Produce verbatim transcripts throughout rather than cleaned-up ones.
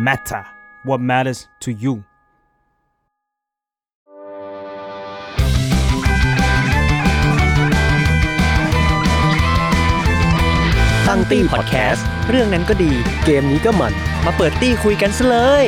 matter what matters to you ตั้งตี้พอดแคสต์เรื่องนั้นก็ดีเกมนี้ก็มันมาเปิดตี้คุยกันซะเลย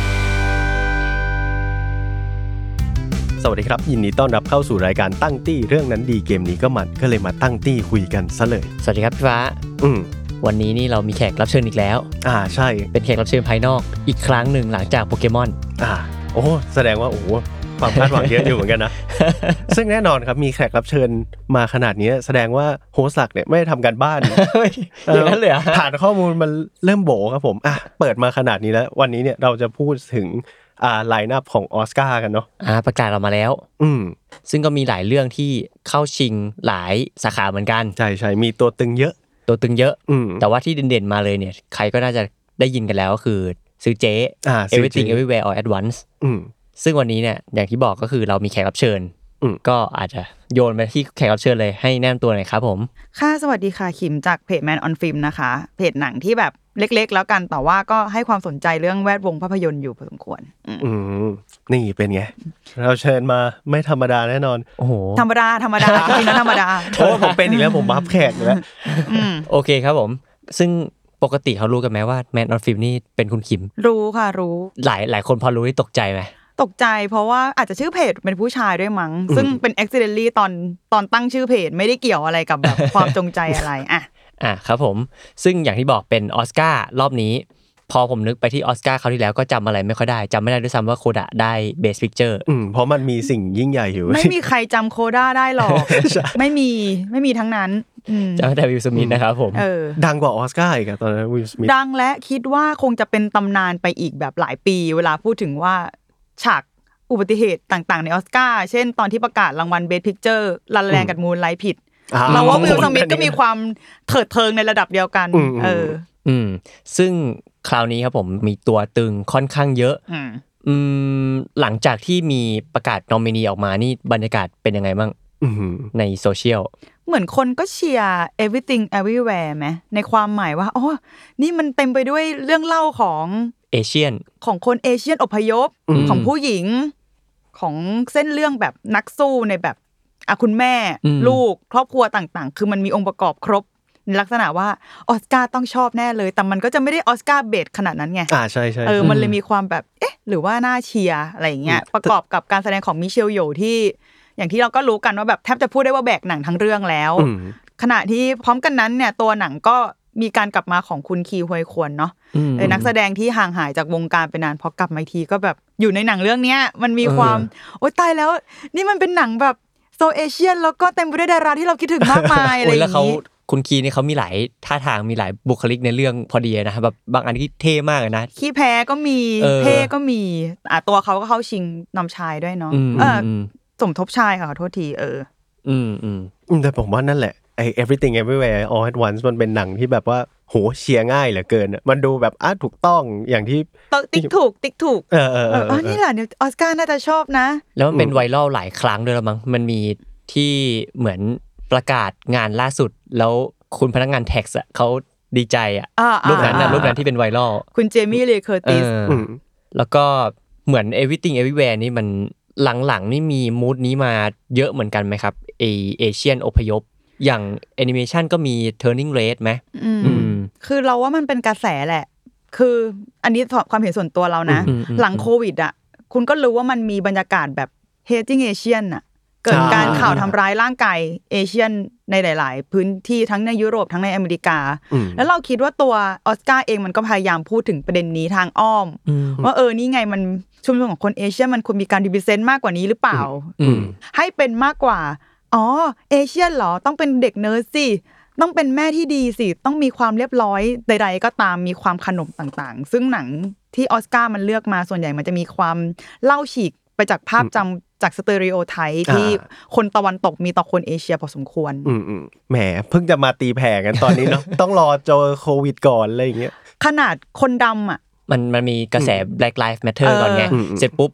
สวัสดีครับยินดีต้อนรับเข้าสู่รายการตั้งตี้เรื่องนั้นดีเกมนี้ก็มันก็เลยมาตั้งตี้คุยกันซะเลยสวัสดีครับพี่ฟ้าอืมวันนี้นี่เรามีแขกรับเชิญอีกแล้วอ่าใช่เป็นแขกรับเชิญภายนอกอีกครั้งหนึ่งหลังจากโปเกมอนอ่าโอ้แสดงว่าโอ้ความคาดหวังเยอะอยู่เหมือนกันนะ ซึ่งแน่นอนครับมีแขกรับเชิญมาขนาดนี้แสดงว่าโฮสต์หลักเนี่ยไม่ได้ทำการบ้านอย่างนั้นเลยฐานข้อมูลมันเริ่มโบครับผมอ่ะเปิดมาขนาดนี้แล้ววันนี้เนี่ยเราจะพูดถึงอ่าไลน์อัพของออสการ์กันเนาะอ่าประกาศออกมาแล้วอืมซึ่งก็มีหลายเรื่องที่เข้าชิงหลายสาขาเหมือนกันใช่ๆมีตัวตึงเยอะตัวตึงเยอะอืมแต่ว่าที่เด่นๆมาเลยเนี่ยใครก็น่าจะได้ยินกันแล้วก็คือซื้อเจ๊ Everything Everywhere All at Once อืมซึ่งวันนี้เนี่ยอย่างที่บอกก็คือเรามีแขกรับเชิญก็อาจจะโยนไปที่แขกรับเชิญเลยให้แนะนำตัวหน่อยครับผมค่ะสวัสดีค่ะขิมจากเพจ Man on Film นะคะเพจหนังที่แบบเล็กๆแล้วกันแต่ว่าก็ให้ความสนใจเรื่องแวดวงภาพยนตร์อยู่พอสมควรอืมนี่เป็นไงเราเชิญมาไม่ธรรมดาแน่นอนโอ้โหธรรมดาธรรมดาจริงๆนะธรรมดาโอ้ผมเป็นอีกแล้วผมบัฟแขกแล้วโอเคครับผมซึ่งปกติเขารู้กันไหมว่า Man on Film นี่เป็นคุณขิมรู้ค่ะรู้หลายหลายคนพอรู้นี่ตกใจไหมตกใจเพราะว่าอาจจะชื่อเพจเป็นผู้ชายด้วยมั้งซึ่งเป็น accidentally ตอนตอนตั้งชื่อเพจไม่ได้เกี่ยวอะไรกับแบบความจงใจอะไรอ่ะอ่ะครับผมซึ่งอย่างที่บอกเป็นออสการ์รอบนี้พอผมนึกไปที่ออสการ์คราวที่แล้วก็จำอะไรไม่ค่อยได้จำไม่ได้ด้วยซ้ำว่าโคดะได้ Best Picture อืมเพราะมันมีสิ่งยิ่งใหญ่อยู่ไม่มีใครจำโคดะได้หรอกไม่มีไม่มีทั้งนั้นจำแต่วิลสมิธนะครับผมดังกว่าออสการ์อีกอะตอนนั้นวิลสมิธดังและคิดว่าคงจะเป็นตำนานไปอีกแบบหลายปีเวลาพูดถึงว่าฉากอุบัติเหตุต่างๆในออสการ์เช่นตอนที่ประกาศรางวัล Best Picture ลันแรงกับมูนไลท์ผิดเราว่าวิลสมิธก็มีความเถิดเทิงในระดับเดียวกันเอออืมซึ่งคราวนี้ครับผมมีตัวตึงค่อนข้างเยอะอืมหลังจากที่มีประกาศนอมินีออกมานี่บรรยากาศเป็นยังไงบ้างในโซเชียลเหมือนคนก็เชียร์ Everything Everywhere ไหมในความหมายว่าอ๋อนี่มันเต็มไปด้วยเรื่องเล่าของเอเชียนของคนเอเชียนอพยพของผู้หญิงของเส้นเรื่องแบบนักสู้ในแบบอ่ะคุณแม่ลูกครอบครัวต่างๆคือมันมีองค์ประกอบครบในลักษณะว่าออสการ์ต้องชอบแน่เลยแต่มันก็จะไม่ได้ออสการ์เบสขนาดนั้นไงอ่าใช่ๆเออมันเลยมีความแบบเอ๊ะหรือว่าน่าเชียร์อะไรอย่างเงี้ยประกอบกับการแสดงของมิเชลโยที่อย่างที่เราก็รู้กันว่าแบบแทบจะพูดได้ว่าแบกหนังทั้งเรื่องแล้วขณะที่พร้อมกันนั้นเนี่ยตัวหนังก็มีการกลับมาของคุณคีฮวยควนเนาะเป็นนักแสดงที่ห่างหายจากวงการไปนานพอกลับมาทีก็แบบอยู่ในหนังเรื่องนี้มันมีความโอ๊ยตายแล้วนี่มันเป็นหนังแบบโซเอเชียนแล้วก็เต็มไปด้วยดาราที่เราคิดถึงมากมายอะไรอย่างนี้คุณคีนี่เขามีหลายท่าทางมีหลายบุคลิกในเรื่องพอดีนะแบบบางอันที่เท่มากเลยนะขี้แพ้ก็มีเท่ก็มีอ่ะตัวเขาก็เข้าชิงนำชายด้วยเนาะเออสมทบชายค่ะขอโทษทีเอออืมอืมแต่ผมว่านั่นแหละไอ้ Everything Everywhere All at Once มันเป็นหนังที่แบบว่าโหเชียร์ง่ายเหลือเกินอ่ะมันดูแบบอ่ะถูกต้องอย่างที่ติ๊กถูกติ๊กถูกเออเออเออนี่แหละเนี่ยออสการ์น่าจะชอบนะแล้วมันเป็นไวรัลหลายครั้งด้วยแล้วมั้งมันมีที่เหมือนประกาศงานล่าสุดแล้วคุณพนักงานแท็กซ์อ่ะเขาดีใจอ่ะรูปนั้นน่ะรูปนั้นที่เป็นไวรัลคุณเจมี่เลเคอร์ติสแล้วก็เหมือน Everything Everywhere นี่มันหลังๆนี่มีมูดนี้มาเยอะเหมือนกันไหมครับเอเอเชียนอพยพอย่างแอนิเมชันก็มี Turning Red ไหมคือเราว่ามันเป็นกระแสแหละคืออันนี้ความเห็นส่วนตัวเรานะหลังโควิดอ่ะคุณก็รู้ว่ามันมีบรรยากาศแบบ Hating Asian อ่ะเกิดการข่าวทำร้ายร่างกายเอเชียนในหลายๆพื้นที่ทั้งในยุโรปทั้งในอเมริกาแล้วเราคิดว่าตัวออสการ์เองมันก็พยายามพูดถึงประเด็นนี้ทางอ้อมว่าเออนี่ไงมันชุมชนของคนเอเชียมันควรมีการรีเพรสเซนต์มากกว่านี้หรือเปล่าให้เป็นมากกว่าอ๋อเอเชียเหรอต้องเป็นเด็กเนิร์ดสิต้องเป็นแม่ที่ดีสิต้องมีความเรียบร้อยใดๆก็ตามมีความขนมต่างๆซึ่งหนังที่ออสการ์มันเลือกมาส่วนใหญ่มันจะมีความเล่าฉีกไปจากภาพจำจากสเตอริโอไทป์ที่คนตะวันตกมีต่อคนเอเชียพอสมควรอืมๆแหมเพิ่งจะมาตีแผ่กันตอนนี้เนาะ ต้องรอเจอโควิดก่อนอะไรอย่างเงี้ยขนาดคนดำอ่ะมันมันมีกระแส Black Lives Matter ก่อนไงเสร็จปุ๊บ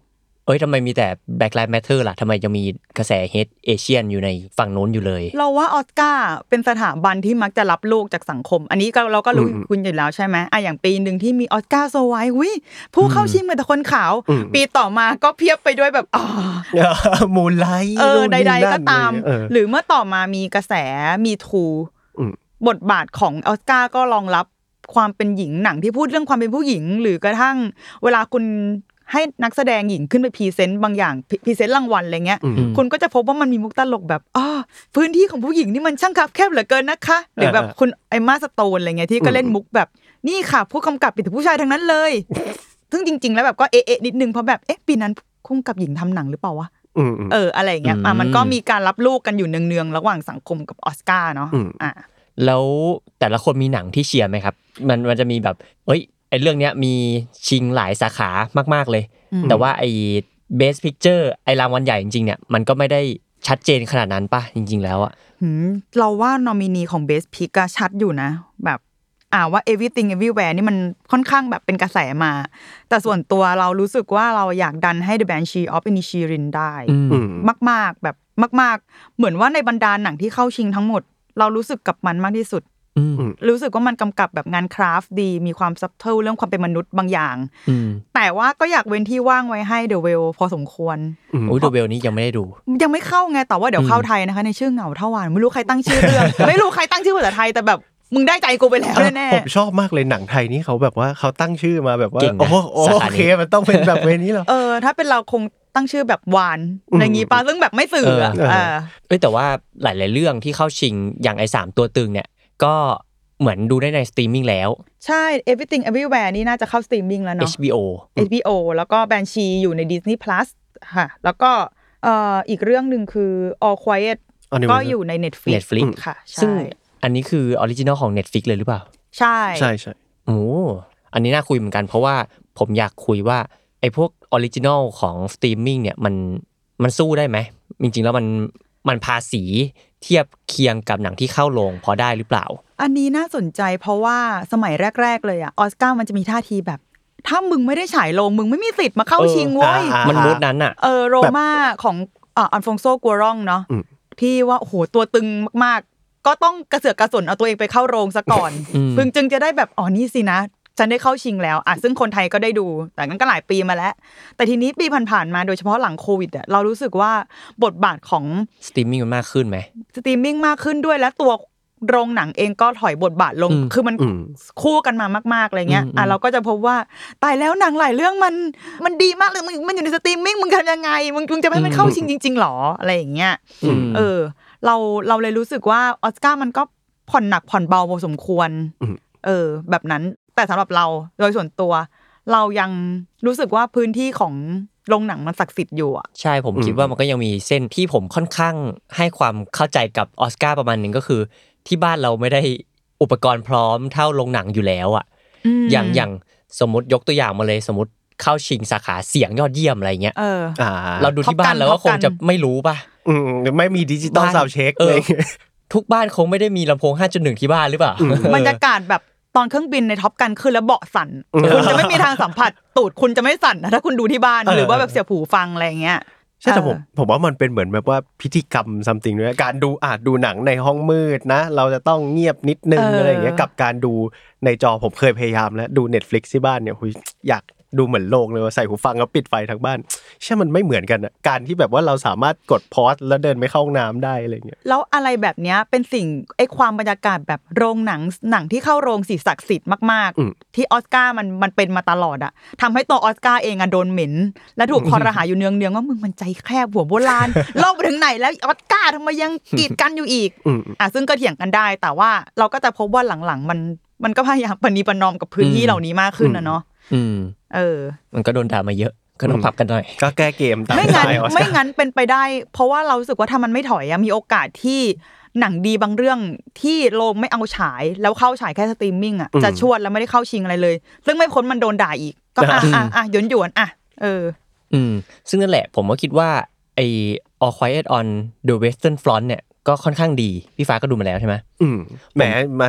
เอ้ยทำไมมีแต่ Black Lives Matter ล่ะทำไมยังมีกระแส Hate Asian อยู่ในฝั่งโน้นอยู่เลยเราว่าออสการ์เป็นสถาบันที่มักจะรับลูกจากสังคมอันนี้ก็เราก็รู้คุณอยู่แล้วใช่ไหมอ่ะอย่างปีนึงที่มีออสการ์โซไวท์หุ้ยผู้เข้าชิงเป็นแต่คนขาวปีต่อมาก็เพียบไปด้วยแบบอ๋อมูนไลท์เออใดๆก็ตามหรือเมื่อต่อมามีกระแสมีทูบทบาทของออสการ์ก็รองรับความเป็นหญิงหนังที่พูดเรื่องความเป็นผู้หญิงหรือกระทั่งเวลาคุณให้นักแสดงหญิงขึ้นไปพรีเซนต์บางอย่างพรีเซนต์รางวัลอะไรเงี้ยคุณก็จะพบว่ามันมีมุกตลกแบบอ๋อพื้นที่ของผู้หญิงนี่มันช่างคับแคบเหลือเกินนะคะหรือแบบคุณไอม่าสโตนอะไรเงี้ยที่ก็เล่นมุกแบบนี่ค่ะผู้กำกับเป็นแต่ผู้ชายทั้งนั้นเลยซึ่งจริงๆแล้วแบบก็เอ๊ะๆนิดนึงเพราะแบบเอ๊ะปีนั้นผู้กำกับหญิงทำหนังหรือเปล่าวะเอออะไรเงี้ยมันก็มีการรับลูกกันอยู่เนืองๆระหว่างสังคมกับออสการ์เนาะอ่ะแล้วแต่ละคนมีหนังที่เชียร์ไหมครับมันมันจะมีแบบเอ้ยไอ้เรื่องเนี้ยมีชิงหลายสาขามากๆเลยแต่ว่าไอ้ Best Picture ไอ้รางวัลใหญ่จริงๆเนี่ยมันก็ไม่ได้ชัดเจนขนาดนั้นป่ะจริงๆแล้วอ่ะเราว่านอมินีของ Best Pick ก็ชัดอยู่นะแบบอ่าว่า Everything Everywhere นี่มันค่อนข้างแบบเป็นกระแสมาแต่ส่วนตัวเรารู้สึกว่าเราอยากดันให้ The Banshees of Inisherin ได้มากๆแบบมากๆเหมือนว่าในบรรดาหนังที่เข้าชิงทั้งหมดเรารู้สึกกับมันมากที่สุดรู้สึกว่ามันกำกับแบบงานคราฟต์ดีมีความซับเทิลเรื่องความเป็นมนุษย์บางอย่างแต่ว่าก็อยากเว้นที่ว่างไว้ให้ The Whale พอสมควรโอ้ย The Whale นี้ยังไม่ได้ดูยังไม่เข้าไงแต่ว่าเดี๋ยวเข้าไทยนะคะในชื่อเหงาเท่าหวานไม่รู้ใครตั้งชื่อเรื่อง ไม่รู้ใครตั้งชื่อภาษาไทยแต่แบบมึงได้ใจกูไปแล้วแน่ๆผมชอบมากเลยหนังไทยนี่เขาแบบว่าเขาตั้งชื่อมาแบบว่าโอ้โอเคมันต้องเป็นแบบเวนี้หรอเออถ้าเป็นเราคงตั้งชื่อแบบหวานอะไรงี้ป่ะซึ่งแบบไม่สื่ออ่ะเออเอ้ยแต่ว่าหลายๆเรื่องที่เข้าชิงอย่างไอ้สามตัวตึงเนี่ยก็เหมือนดูได้ในสตรีมมิ่งแล้วใช่ Everything Everywhere นี่น่าจะเข้าสตรีมมิ่งแล้วเนาะเอช บี โอเอช บี โอ แล้วก็ Banshee อยู่ใน Disney Plus ค่ะแล้วก็เอ่ออีกเรื่องนึงคือ All Quiet ก็อยู่ใน Netflix Netflix ค่ะซึ่งอันนี้คือออริจินัลของ Netflix เลยหรือเปล่าใช่ใช่ๆโอ้อันนี้น่าคุยเหมือนกันเพราะว่าผมอยากคุยว่าไอ้พวกออริจินัลของสตรีมมิ่งเนี่ยมันมันสู้ได้ไหมจริงๆแล้วมันมันภาษีเทียบเคียงกับหนังที่เข้าโรงพอได้หรือเปล่าอันนี้น่าสนใจเพราะว่าสมัยแรกๆเลยอ่ะออสการ์มันจะมีท่าทีแบบถ้ามึงไม่ได้ฉายโรงมึงไม่มีสิทธิ์มาเข้าชิงเว้ยมันมูดนั้นอ่ะเออโรม่าของอ่าอัลฟองโซกัวรองเนาะที่ว่าโอ้โหตัวตึงมากๆก็ต้องกระเสือกกระสนเอาตัวเองไปเข้าโรงซะก่อนพึงจึงจะได้แบบอ๋อนี่สินะฉันได้เข้าชิงแล้วอ่ะซึ่งคนไทยก็ได้ดูแต่งั้นก็หลายปีมาแล้วแต่ทีนี้ปีผ่านๆมาโดยเฉพาะหลังโควิดอ่ะเรารู้สึกว่าบทบาทของสตรีมมิ่งมันมากขึ้นไหมสตรีมมิ่งมากขึ้นด้วยและตัวโรงหนังเองก็ถอยบทบาทลงคือมันคู่กันมามากๆอะไรเงี้ยอ่ะเราก็จะพบว่าตายแล้วหนังหลายเรื่องมันมันดีมากเลยมันมันอยู่ในสตรีมมิ่งมึงทำยังไงมึงมึงจะไม่ให้มันเข้าชิงจริงๆหรออะไรอย่างเงี้ยเออเราเราเลยรู้สึกว่าออสการ์มันก็ผ่อนหนักผ่อนเบาพอสมควรเออแบบนั้นแต่สำหรับเราโดยส่วนตัวเรายังรู้สึกว่าพื้นที่ของโรงหนังมันศักดิ์สิทธิ์อยู่อ่ะใช่ผมคิดว่ามันก็ยังมีเส้นที่ผมค่อนข้างให้ความเข้าใจกับออสการ์ประมาณนึงก็คือที่บ้านเราไม่ได้อุปกรณ์พร้อมเท่าโรงหนังอยู่แล้วอ่ะอย่างอย่างสมมติยกตัวอย่างมาเลยสมมติเข้าชิงสาขาเสียงยอดเยี่ยมอะไรเงี้ยเออเราดูที่บ้านแล้วก็คงจะไม่รู้ป่ะอืมไม่มีดิจิตอลซาวด์เช็คเลยทุกบ้านคงไม่ได้มีลำโพง ห้าจุดหนึ่ง ที่บ้านหรือเปล่าบรรยากาศแบบตอนเครื่องบินในท็อปกันขึ้นแล้วเบาะสั่นคุณจะไม่มีทางสัมผัสตูดคุณจะไม่สั่นนะถ้าคุณดูที่บ้านหรือว่าแบบเสียบหูฟังอะไรเงี้ยใช่แต่ผมผมว่ามันเป็นเหมือนแบบว่าพิธีกรรมซัมติงด้วยการดูอาจดูหนังในห้องมืดนะเราจะต้องเงียบนิดนึงอะไรอย่างเงี้ยกับการดูในจอผมเคยพยายามแล้วดู Netflix ที่บ้านเนี่ยอยากดูเหมือนโลกเลยว่าใส่หูฟังแล้วปิดไฟทั้งบ้านใช่มันไม่เหมือนกันอ่ะการที่แบบว่าเราสามารถกดพอสแล้วเดินไปเข้าห้องน้ำได้อะไรเงี้ยแล้วอะไรแบบเนี้ยเป็นสิ่งไอ้ความบรรยากาศแบบโรงหนังหนังที่เข้าโรงสิศักดิ์สิทธิ์มากๆที่ออสการ์มันมันเป็นมาตลอดอ่ะทำให้ตัวออสการ์เองอ่ะโดนเหม็นและถูกคอรหาอยู่เนืองๆว่ามึงมันใจแคบหัวโบราณโลกไปถึงไหนแล้วออสการ์ทำไมยังกีดกันอยู่อีกอ่ะซึ่งก็เถียงกันได้แต่ว่าเราก็จะพบว่าหลังๆมันมันก็พยายามปณีประนอมกับพื้นที่เหล่านี้มากขึ้นนะเนาะอืมเออมันก็โดนด่ามาเยอะก็ต้องปรับกันหน่อยก็แก้เกมตามไม่งั้นไม่งั้นเป็นไปได้เพราะว่าเรารู้สึกว่าถ้ามันไม่ถอยอ่ะมีโอกาสที่หนังดีบางเรื่องที่โรงไม่เอาฉายแล้วเข้าฉายแค่สตรีมมิ่งอ่ะจะชวดแล้วไม่ได้เข้าชิงอะไรเลยซึ่งไม่พ้นมันโดนด่าอีกก็อ่ะอ่ะอ่ะหยวนๆอ่ะเอออืมซึ่งนั่นแหละผมก็คิดว่าไอ้ All Quiet on the Western Front เนี่ยก็ค่อนข้างดีพี่ฟ้าก็ดูมาแล้วใช่ไหมอืมแหมมาเช็ค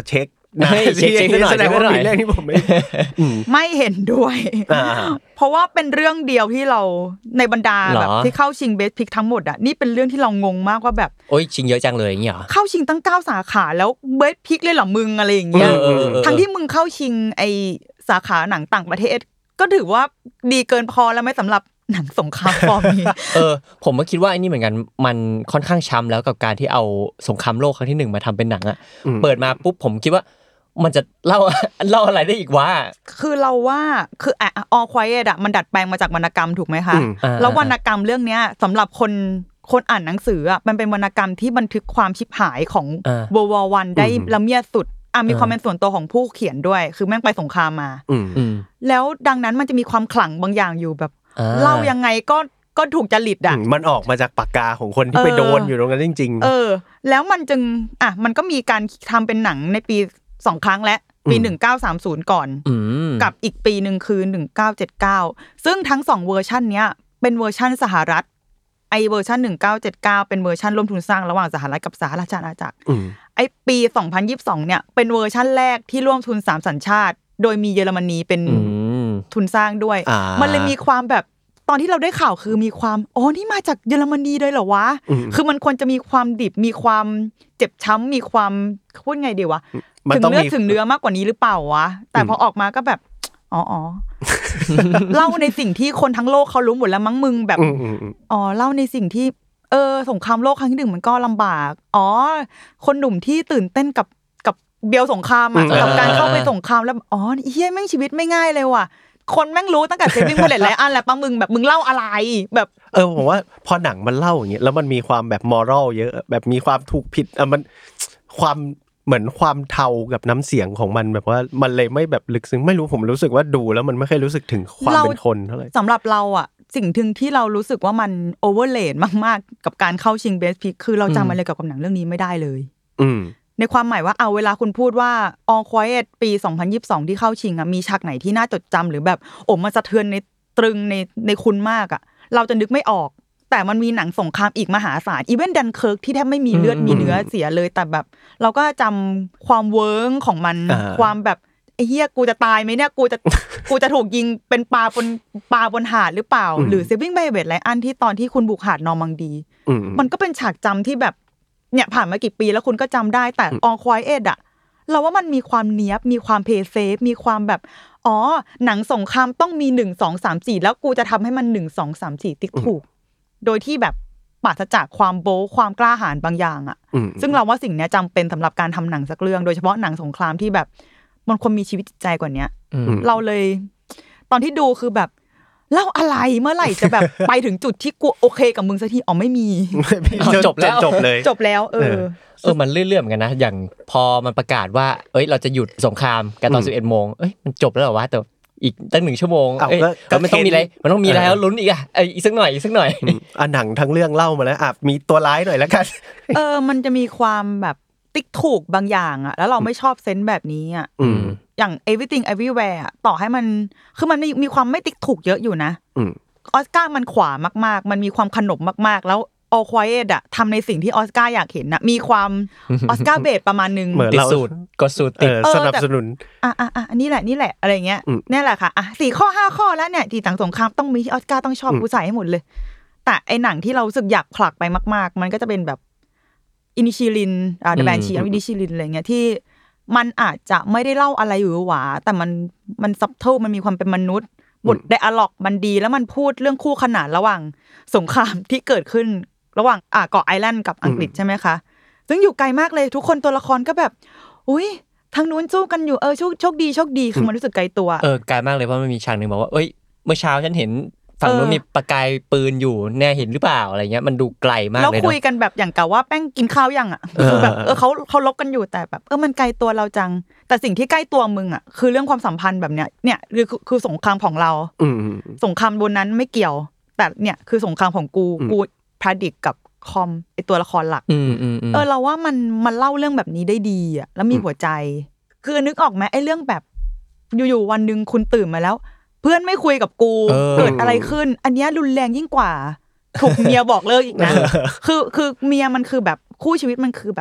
เฮ้ยเช็คเช็คหน่อยแสดงว่าเช็คหน่อยมีเรื่องที่ผมไม่ไม่เห็นด้วยอ่าเพราะว่าเป็นเรื่องเดียวที่เราในบรรดาหรอแบบที่เข้าชิงเบสพิกทั้งหมดอ่ะนี่เป็นเรื่องที่เรางงมากว่าแบบโอ้ยชิงเยอะจังเลยอย่างเงี้ยเหรอเข้าชิงตั้งเก้าสาขาแล้วเบสพิกเลยเหรอมึงอะไรอย่างเงี้ยเออเออเออทั้งที่มึงเข้าชิงไอสาขาหนังต่างประเทศก็ถือว่าดีเกินพอแล้วไหมสำหรับหนังสงครามฟอร์มนี้เออผมก็คิดว่าไอ้นี่เหมือนกันมันค่อนข้างช้ำแล้วกับการที่เอาสงครามโลกครั้งที่หนึ่งมาทำเป็นหนังอ่ะเปิดมาปุ๊บผมคิดว่ามันจะเล่า เล่าอะไรได้อีกวะคือเราว่าคืออ่ะ All Quiet อ่ะมันดัดแปลงมาจากวรรณกรรมถูกไหมคะอืมอ่าแล้ววรรณกรรมเรื่องเนี้ยสำหรับคนคนอ่านหนังสืออ่ะมันเป็นวรรณกรรมที่บันทึกความชิบหายของอ่า World War วันได้ละเมียดสุดอ่ะมีความเป็นส่วนตัวของผู้เขียนด้วย คือแม่งไปสงครามมาอืมอืมแล้วดังนั้นมันจะมีความขลังบางอย่างอยู่แบบอ่าเล่ายังไงก็ก็ถูกจริตอ่ะมันออกมาจากปากกาของคนที่ไปโดนอยู่ตรงนั้นจริงๆเออ แล้วมันจึงอ่ะมันก็มีการทำเป็นหนังในปีสองครั้งแล้วปีหนึ่งเก้าสามศูนย์ก่อนอืมกับอีกปีนึงคือหนึ่งเก้าเจ็ดเก้าซึ่งทั้งสองเวอร์ชันเนี้ยเป็นเวอร์ชันสหรัฐไอเวอร์ชันหนึ่งเก้าเจ็ดเก้าเป็นเวอร์ชันร่วมทุนสร้างระหว่างสหรัฐกับสหราชอาณาจักรอืมไอปีสองพันยี่สิบสองเนี่ยเป็นเวอร์ชันแรกที่ร่วมทุนสามสัญชาติโดยมีเยอรมนีเป็นอืมทุนสร้างด้วยอ่ามัมันเลยมีความแบบตอนที่เราได้ข่าวคือมีความอ๋อนี่มาจากเยอรมนีเลยเหรอวะอืมคือมันควรจะมีความดิบมีความเจ็บช้ำมีความพูดไงดีวะมันถึงต้องเนื้อมีถึงเนื้อมากกว่านี้หรือเปล่าวะแต่พอออกมาก็แบบอ๋ออ๋อ เล่าในสิ่งที่คนทั้งโลกเขารู้หมดแล้วมั้งมึงแบบอืมอืมอืมอ๋อเล่าในสิ่งที่เออสงครามโลกครั้งที่หนึ่งมันก็ลำบากอ๋อคนหนุ่มที่ตื่นเต้นกับกับเบียวสงครามอ่ะกับการเข้าไปสงครามแล้วอ๋อเฮียแม่งชีวิตไม่ง่ายเลยว่ะคนแม่งรู้ตั้งแต่เซฟวิ่งพาเลตไลอันแล้วปะมึงแบบมึงเล่าอะไรแบบเออผมว่าพอหนังมันเล่าอย่างเงี้ยแล้วมันมีความแบบมอรัลเยอะแบบมีความถูกผิดอ่ะมันความเหมือนความเทากับน้ำเสียงของมันแบบว่ามันเลยไม่แบบลึกซึ้งไม่รู้ผมรู้สึกว่าดูแล้วมันไม่เคยรู้สึกถึงความเป็นคนเท่าไหร่สำหรับเราอ่ะสิ่งถึงที่เรารู้สึกว่ามันโอเวอร์เลดมากๆกับการเข้าชิงเบสพิกคือเราจำอะไรกับหนังเรื่องนี้ไม่ได้เลยอืมในความหมายว่าเอาเวลาคุณพูดว่า All Quiet ปีสองพันยี่สิบสองที่เข้าชิงอ่ะมีฉากไหนที่น่าจดจำหรือแบบโอ้มันสะเทือนในตรึงในในคุณมากอ่ะเราจะนึกไม่ออกแต่มันมีหนังสงครามอีกมหาศาลอีเวนดันเคิร์กที่แทบไม่มีเลือดมีเนื้อเสียเลยแต่แบบเราก็จำความเวิร์งของมันอ่าความแบบไอ้เหี้ยกูจะตายไหมเนี่ยกูจะ กูจะถูกยิงเป็นปลาบนปลาบนหาดหรือเปล่าหรือ Saving Private Ryan ที่ตอนที่คุณบุกหาดนอร์มังดีอืมมันก็เป็นฉากจำที่แบบเนี่ยผ่านมากี่ปีแล้วคุณก็จำได้แต่ All Quiet อะเราว่ามันมีความเนียบมีความเพย์เซฟมีความแบบอ๋อหนังสงครามต้องมีหนึ่ง สอง สาม สี่แล้วกูจะทำให้มันหนึ่ง สอง สาม สี่ติ๊กถูกโดยที่แบบปราศจากความโบ๊ความกล้าหาญบางอย่างอะอืมซึ่งเราว่าสิ่งนี้จำเป็นสำหรับการทำหนังสักเรื่องโดยเฉพาะหนังสงครามที่แบบมันควรมีชีวิตจิตใจกว่านี้อืมเราเลย ตอนที่ดูคือแบบเล่าอะไรเมื่อไหร่จะแบบ ไปถึงจุดที่กูโอเคกับมึงสักทีอ๋อไม่มีจบแล้วจบเลยจบแล้วเออเออมันเรื่อยๆเหมือนกันนะอย่างพอมันประกาศว่าเอ้ยเราจะหยุดสงครามกันตอนสิบเอ็ดโมงเอ้ยมันจบแล้วเหรอวะแต่อีกตั้งหนึ่งชั่วโมงอ้าวเอ้ยก็ก็แล้วมันต้องมีอะไรมันต้องมีอะไรแล้วลุ้นอีกอ่ะเอ้ยอีกสักหน่อยอีกสักหน่อยอืมอ่ะหนังทั้งเรื่องเล่ามาแล้วอ่ะมีตัวร้ายหน่อยแล้วกันเออมันจะมีความแบบติ๊กถูกบางอย่างอะแล้วเราไม่ชอบเซนส์แบบนี้อะอืมอย่าง everything everywhere อะต่อให้มันคือมันมีมีความไม่ติ๊กถูกเยอะอยู่นะอืมออสการ์มันขวามากๆมันมีความขนมมากๆแล้ว All Quiet อะทำในสิ่งที่ออสการ์อยากเห็นนะมีความออสการ์เบสประมาณนึงเหมือนติดเราสูตรกดสูตรเอติดอเออสนับสนุนอ่ะอ่ะอ่ะนี่แหละนี่แหละอะไรเงี้ยอืมนี่แหละค่ะอ่ะสี่ข้อห้าข้อแล้วเนี่ยที่ต่างสงครามต้องมีที่ออสการ์ต้องชอบอืมกูใส่ให้หมดเลย แต่ไอหนังที่เรารู้สึกอยากผลักไปมากๆ มันก็จะเป็นแบบอินิชิลินอ่าเดอะแบนชีอินิชิลินอะไรเงี้ยที่มันอาจจะไม่ได้เล่าอะไรหรือหวาแต่มันมันซับเทิลมันมีความเป็นมนุษย์บทไดอะล็อกมันดีแล้วมันพูดเรื่องคู่ขนานระหว่างสงครามที่เกิดขึ้นระหว่างอ่าเกาะไอร์แลนด์กับอังกฤษใช่ไหมคะซึ่งอยู่ไกลมากเลยทุกคนตัวละครก็แบบอุ้ยทางนู้นสู้กันอยู่เออโชคโชคดีโชคดีคือมันรู้สึกไกลตัวเออไกลมากเลยเพราะมันมีฉากหนึ่งบอกว่าเอ้ยเมื่อเช้าฉันเห็นฝั่งนู้นเออมีประกายปืนอยู่แน่เห็นหรือเปล่าอะไรเงี้ยมันดูไกลมากแล้วเลยคุยเนาะกันแบบอย่างกับว่าแป้งกินข้าวยังอ่ะเออคือแบบเออเขาเขาลบกันอยู่แต่แบบเออมันไกลตัวเราจัง แต่สิ่งที่ใกล้ตัวมึงอ่ะคือเรื่องความสัมพันธ์แบบเนี้ยเนี่ยคือคือคือสงครามของเราอืมสงครามบนนั้นไม่เกี่ยว แต่เนี่ยคือสงครามของกูอืมกูพระดิกกับคอมไอตัวละครหลักอืมอืมอืมเออเราว่ามันมันเล่าเรื่องแบบนี้ได้ดีอ่ะแล้วมีหัวใจ คือนึกออกไหมไอ้เรื่องแบบอยู่ๆวันหนึ่งคุณตื่นมาแล้ว เพื่อนไม่คุยกับกูเกิดอะไรขึ้น อันเนี้ยรุนแรงยิ่งกว่า ถูกเมียบอกเลิกอีกนะ คือคือเมียมันคือแบบคู่ชีวิตมันคือแบบ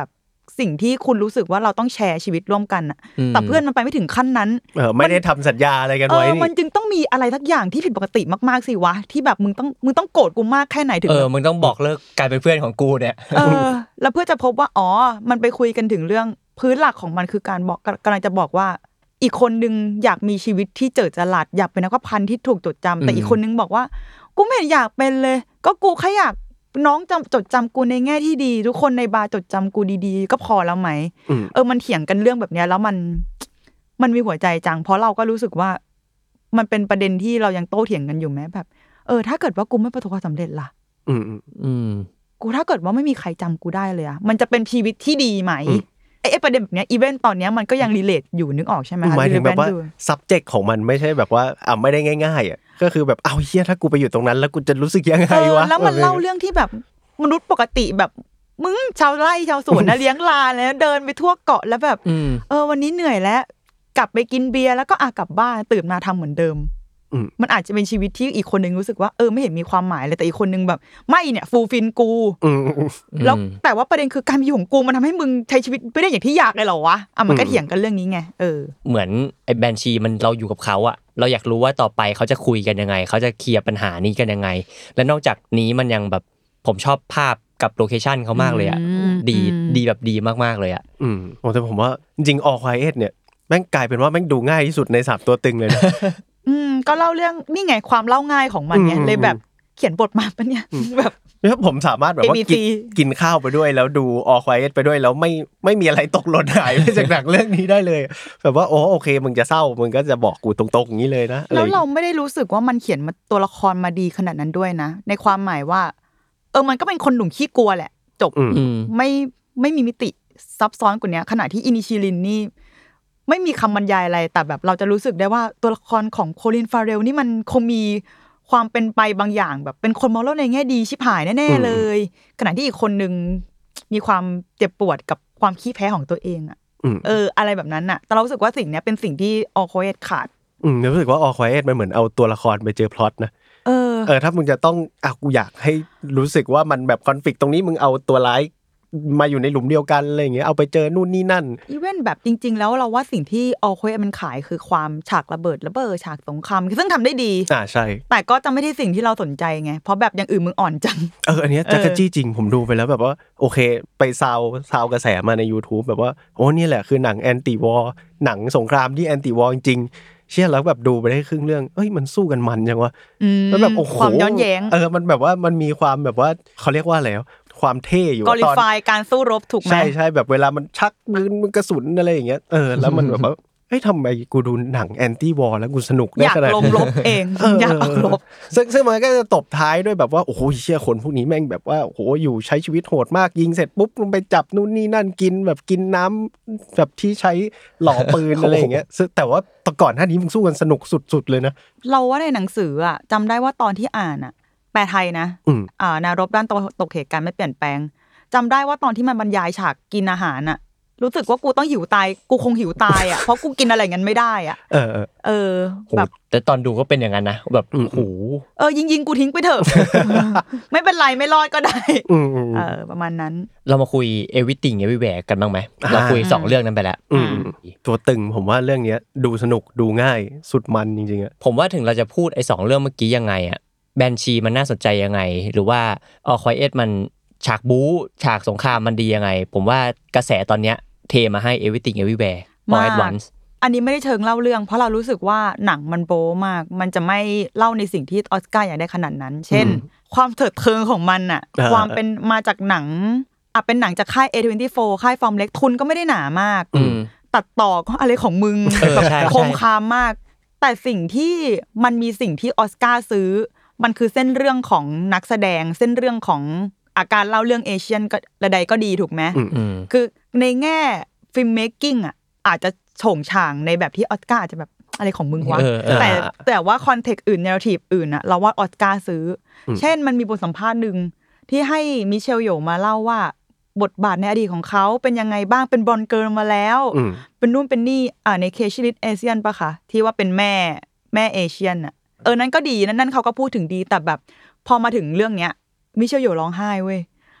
สิ่งที่คุณรู้สึกว่าเราต้องแชร์ชีวิตร่วมกันน่ะแต่เพื่อนมันไปไม่ถึงขั้นนั้นเออไม่ได้ทำสัญญาอะไรกันไว้นี่เออมันจึงต้องมีอะไรสักอย่างที่ผิดปกติมากๆสิวะที่แบบมึงต้องมึงต้องโกรธกูมากแค่ไหนถึงเออมึงต้องบอกเลิกกลายเป็นเพื่อนของกูเนี่ยเออแล้วเพื่อจะพบว่าอ๋อมันไปคุยกันถึงเรื่องพื้นหลักของมันคือการบอกกำลังจะบอกว่าอีกคนนึงอยากมีชีวิตที่เจิดจรัสอยากเป็นนักพันที่ถูกจดจำแต่อีกคนนึงบอกว่ากูไม่อยากเป็นเลยก็กูแค่อยากน้องจำจดจำกูในแง่ที่ดีทุกคนในบาร์จดจำกูดีๆก็พอแล้วไหมเออมันเถียงกันเรื่องแบบนี้แล้วมันมันมีหัวใจจังเพราะเราก็รู้สึกว่ามันเป็นประเด็นที่เรายังโต้เถียงกันอยู่ไหมแบบเออถ้าเกิดว่ากูไม่ประสบความสำเร็จล่ะอืมอืมกูถ้าเกิดว่าไม่มีใครจำกูได้เลยอะมันจะเป็นชีวิตที่ดีไหมไอ้ประเด็นแบบเนี้ยอีเวนต์ตอนเนี้ยมันก็ยังรีเลทอยู่นึกออกใช่ไหมคะหมายถึงแบบว่า subject ของมันไม่ใช่แบบว่าอ่ะไม่ได้ง่ายๆอ่ะก็คือแบบเอาเฮียถ้ากูไปอยู่ตรงนั้นแล้วกูจะรู้สึกยังไงวะแล้วมันเล่าเรื่องที่แบบมนุษย์ปกติแบบมึงชาวไร่ชาวสวนนะเลี้ยงลาแล้วเดินไปทั่วเกาะแล้วแบบเออวันนี้เหนื่อยแล้วกลับไปกินเบียร์แล้วก็อ่ะกลับบ้านตื่นมาทำเหมือนเดิมมันอาจจะเป็นชีวิตที่อีกคนนึงรู้สึกว่าเออไม่เห็นมีความหมายเลยแต่อีกคนนึงแบบไม่เนี่ยฟูลฟิลกูแล้วแต่ว่าประเด็นคือการมีอยู่ของกูมันทำให้มึงใช้ชีวิตไม่ได้อย่างที่อยากเลยเหรอวะอ่ะมันก็เถียงกันเรื่องนี้ไงเออเหมือนไอ้แบนชีมันเราอยู่กับเขาอะเราอยากรู้ว่าต่อไปเขาจะคุยกันยังไงเขาจะเคลียร์ปัญหานี้กันยังไงและนอกจากนี้มันยังแบบผมชอบภาพกับโลเคชั่นเขามากเลยอะดีดีแบบดีมากๆเลยอะอืมโอ้แต่ผมว่าจริงๆ All Quiet เนี่ยแม่งกลายเป็นว่าแม่งดูง่ายที่สุดในสามตัวตึงเลยนะอืมก็เล่าเรื่องนี่ไงความเล่าง่ายของมันเนี่ยเลยแบบเขียนบทมาปะเนี่ยแบบเนี่ยผมสามารถแบบว่ากินกินข้าวไปด้วยแล้วดู All Quiet ไปด้วยแล้วไม่ไม่มีอะไรตกหล่นหายไปจากหนังเรื่องนี้ได้เลยแบบว่าโอ้โอเคมึงจะเศร้ามึงก็จะบอกกูตรงๆอย่างนี้เลยนะแล้วเราไม่ได้รู้สึกว่ามันเขียนมาตัวละครมาดีขนาดนั้นด้วยนะในความหมายว่าเออมันก็เป็นคนหนุ่มขี้กลัวแหละจบไม่ไม่มีมิติซับซ้อนกว่านี้ขณะที่อินิชิลินนี่ไม่มีคำบรรยายอะไรแต่แบบเราจะรู้สึกได้ว่าตัวละครของโคลินฟาเรลนี่มันคงมีความเป็นไปบางอย่างแบบเป็นคนมองโลกในแง่ดีชิบหายแน่ๆเลยขณะที่อีกคนนึงมีความเจ็บปวดกับความขี้แพ้ของตัวเองอ่ะเอออะไรแบบนั้นน่ะแต่เรารู้สึกว่าสิ่งนี้เป็นสิ่งที่All Quietขาดอืมรู้สึกว่าAll Quietมันเหมือนเอาตัวละครไปเจอพล็อตนะเออเออถ้ามึงจะต้องอ่ะกูอยากให้รู้สึกว่ามันแบบคอนฟลิกต์ตรงนี้มึงเอาตัวร้ายมาอยู่ในหลุมเดียวกันอะไรอย่างเงี้ยเอาไปเจอนู่นนี่นั่นอีเวนต์แบบจริงๆแล้วเราว่าสิ่งที่All Quietมันขายคือความฉากระเบิดระเบ้อฉากสงครามซึ่งทำได้ดีอ่าใช่แต่ก็จะไม่ใช่สิ่งที่เราสนใจไงเพราะแบบอย่างอื่นมึงอ่อนจังเอออันนี้จักรจี้จริงผมดูไปแล้วแบบว่าโอเคไปซาวซาวกระแสมาใน YouTube แบบว่าโอ้นี่แหละคือหนังแอนตี้วอร์หนังสงครามที่แอนตี้วอร์จริงเชื่อแล้วแบบดูไปได้ครึ่งเรื่องเอ้ยมันสู้กันมันจังวะมันแบบโอ้โหความย้อนแย้งเออมันแบบว่ามันมีความแบบว่าเขาเรียกว่าอะไรความเท่อยู่ตอน glorify การสู้รบถูกมั้ยใช่ๆแบบเวลามันชักปืนมันกระสุนอะไรอย่างเงี้ยเออแล้วมันแบบว่าเฮ้ยทำไมกูดูหนังแอนตี้วอร์แล้วกูสนุกได้ขนาดอยากลงรบเองอยากออกรบซึ่งซึ่งมันก็จะตบท้ายด้วยแบบว่าโอ้โหเชี่ยคนพวกนี้แม่งแบบว่าโอ้โหอยู่ใช้ชีวิตโหดมากยิงเสร็จปุ๊บลงไปจับนู่นนี่นั่นกินแบบกินน้ำแบบที่ใช้หล่อปืนอะไรอย่างเงี้ยแต่ว่าแต่ก่อนหน้านี้มึงสู้กันสนุกสุดๆเลยนะเราว่าในหนังสืออ่ะจำได้ว่าตอนที่อ่านอ่ะแปลไทยนะอ่าแนวรบด้านตกเหตุการณ์ไม่เปลี่ยนแปลงจำได้ว่าตอนที่มันบรรยายฉากกินอาหารน่ะรู้สึกว่ากูต้องหิวตายกูคงหิวตายอ่ะเพราะกูกินอะไรงั้นไม่ได้อ่ะเออเออแบบแต่ตอนดูก็เป็นอย่างนั้นนะแบบโอ้โหเออยิงๆกูทิ้งไปเถอะไม่เป็นไรไม่รอดก็ได้เออประมาณนั้นเรามาคุย Everything Everywhere กันบ้างไหมเราคุยสองเรื่องนั้นไปแล้วตัวตึงผมว่าเรื่องนี้ดูสนุกดูง่ายสุดมันจริงๆอ่ะผมว่าถึงเราจะพูดไอ้สองเรื่องเมื่อกี้ยังไงอ่ะแบนชีมันน่าสนใจยังไงหรือว่า All Quiet มันฉากบู๊ฉากสงครามมันดียังไงผมว่ากระแสตอนเนี้ยเทมาให้ Everything Everywhere All at Once อันนี้ไม่ได้เชิงเล่าเรื่องเพราะเรารู้สึกว่าหนังมันโป๊มากมันจะไม่เล่าในสิ่งที่ออสการ์อยากได้ขนาดนั้นเช่นความเถิดเทิงของมันน่ะความเป็นมาจากหนังอ่ะเป็นหนังจากค่าย เอ ยี่สิบสี่ ค่ายฟอร์มเล็กทุนก็ไม่ได้หนามากตัดต่อก็อะไรของมึงแบบคมคามมากแต่สิ่งที่มันมีสิ่งที่ออสการ์ซื้อมันคือเส้นเรื่องของนักแสดงเส้นเรื่องของอาการเล่าเรื่องเอเชียนก็ระใดก็ดีถูกไหมคือในแง่ฟิล์มเมคกิ้งอ่ะอาจจะโฉงฉางในแบบที่ออสการ์อาจจะแบบอะไรของมึงวะแต่แต่ว่าคอนเทกต์อื่นเนเรทีฟอื่นอ่ะเราว่าออสการ์ซื้อเช่นมันมีบทสัมภาษณ์นึงที่ให้มิเชลโยมาเล่าว่าบทบาทในอดีตของเขาเป็นยังไงบ้างเป็นบอนเกิร์ลมาแล้วเป็นนู่นเป็นนี่อ่าในเคชิลิตเอเชียนปะคะที่ว่าเป็นแม่แม่เอเชียนอ่ะเออนั่นก็ดีนั่นนั่นเขาก็พูดถึงดีแต่แบบพอมาถึงเรื่องเนี้ยมิเชลโยร้องไห้เว้ย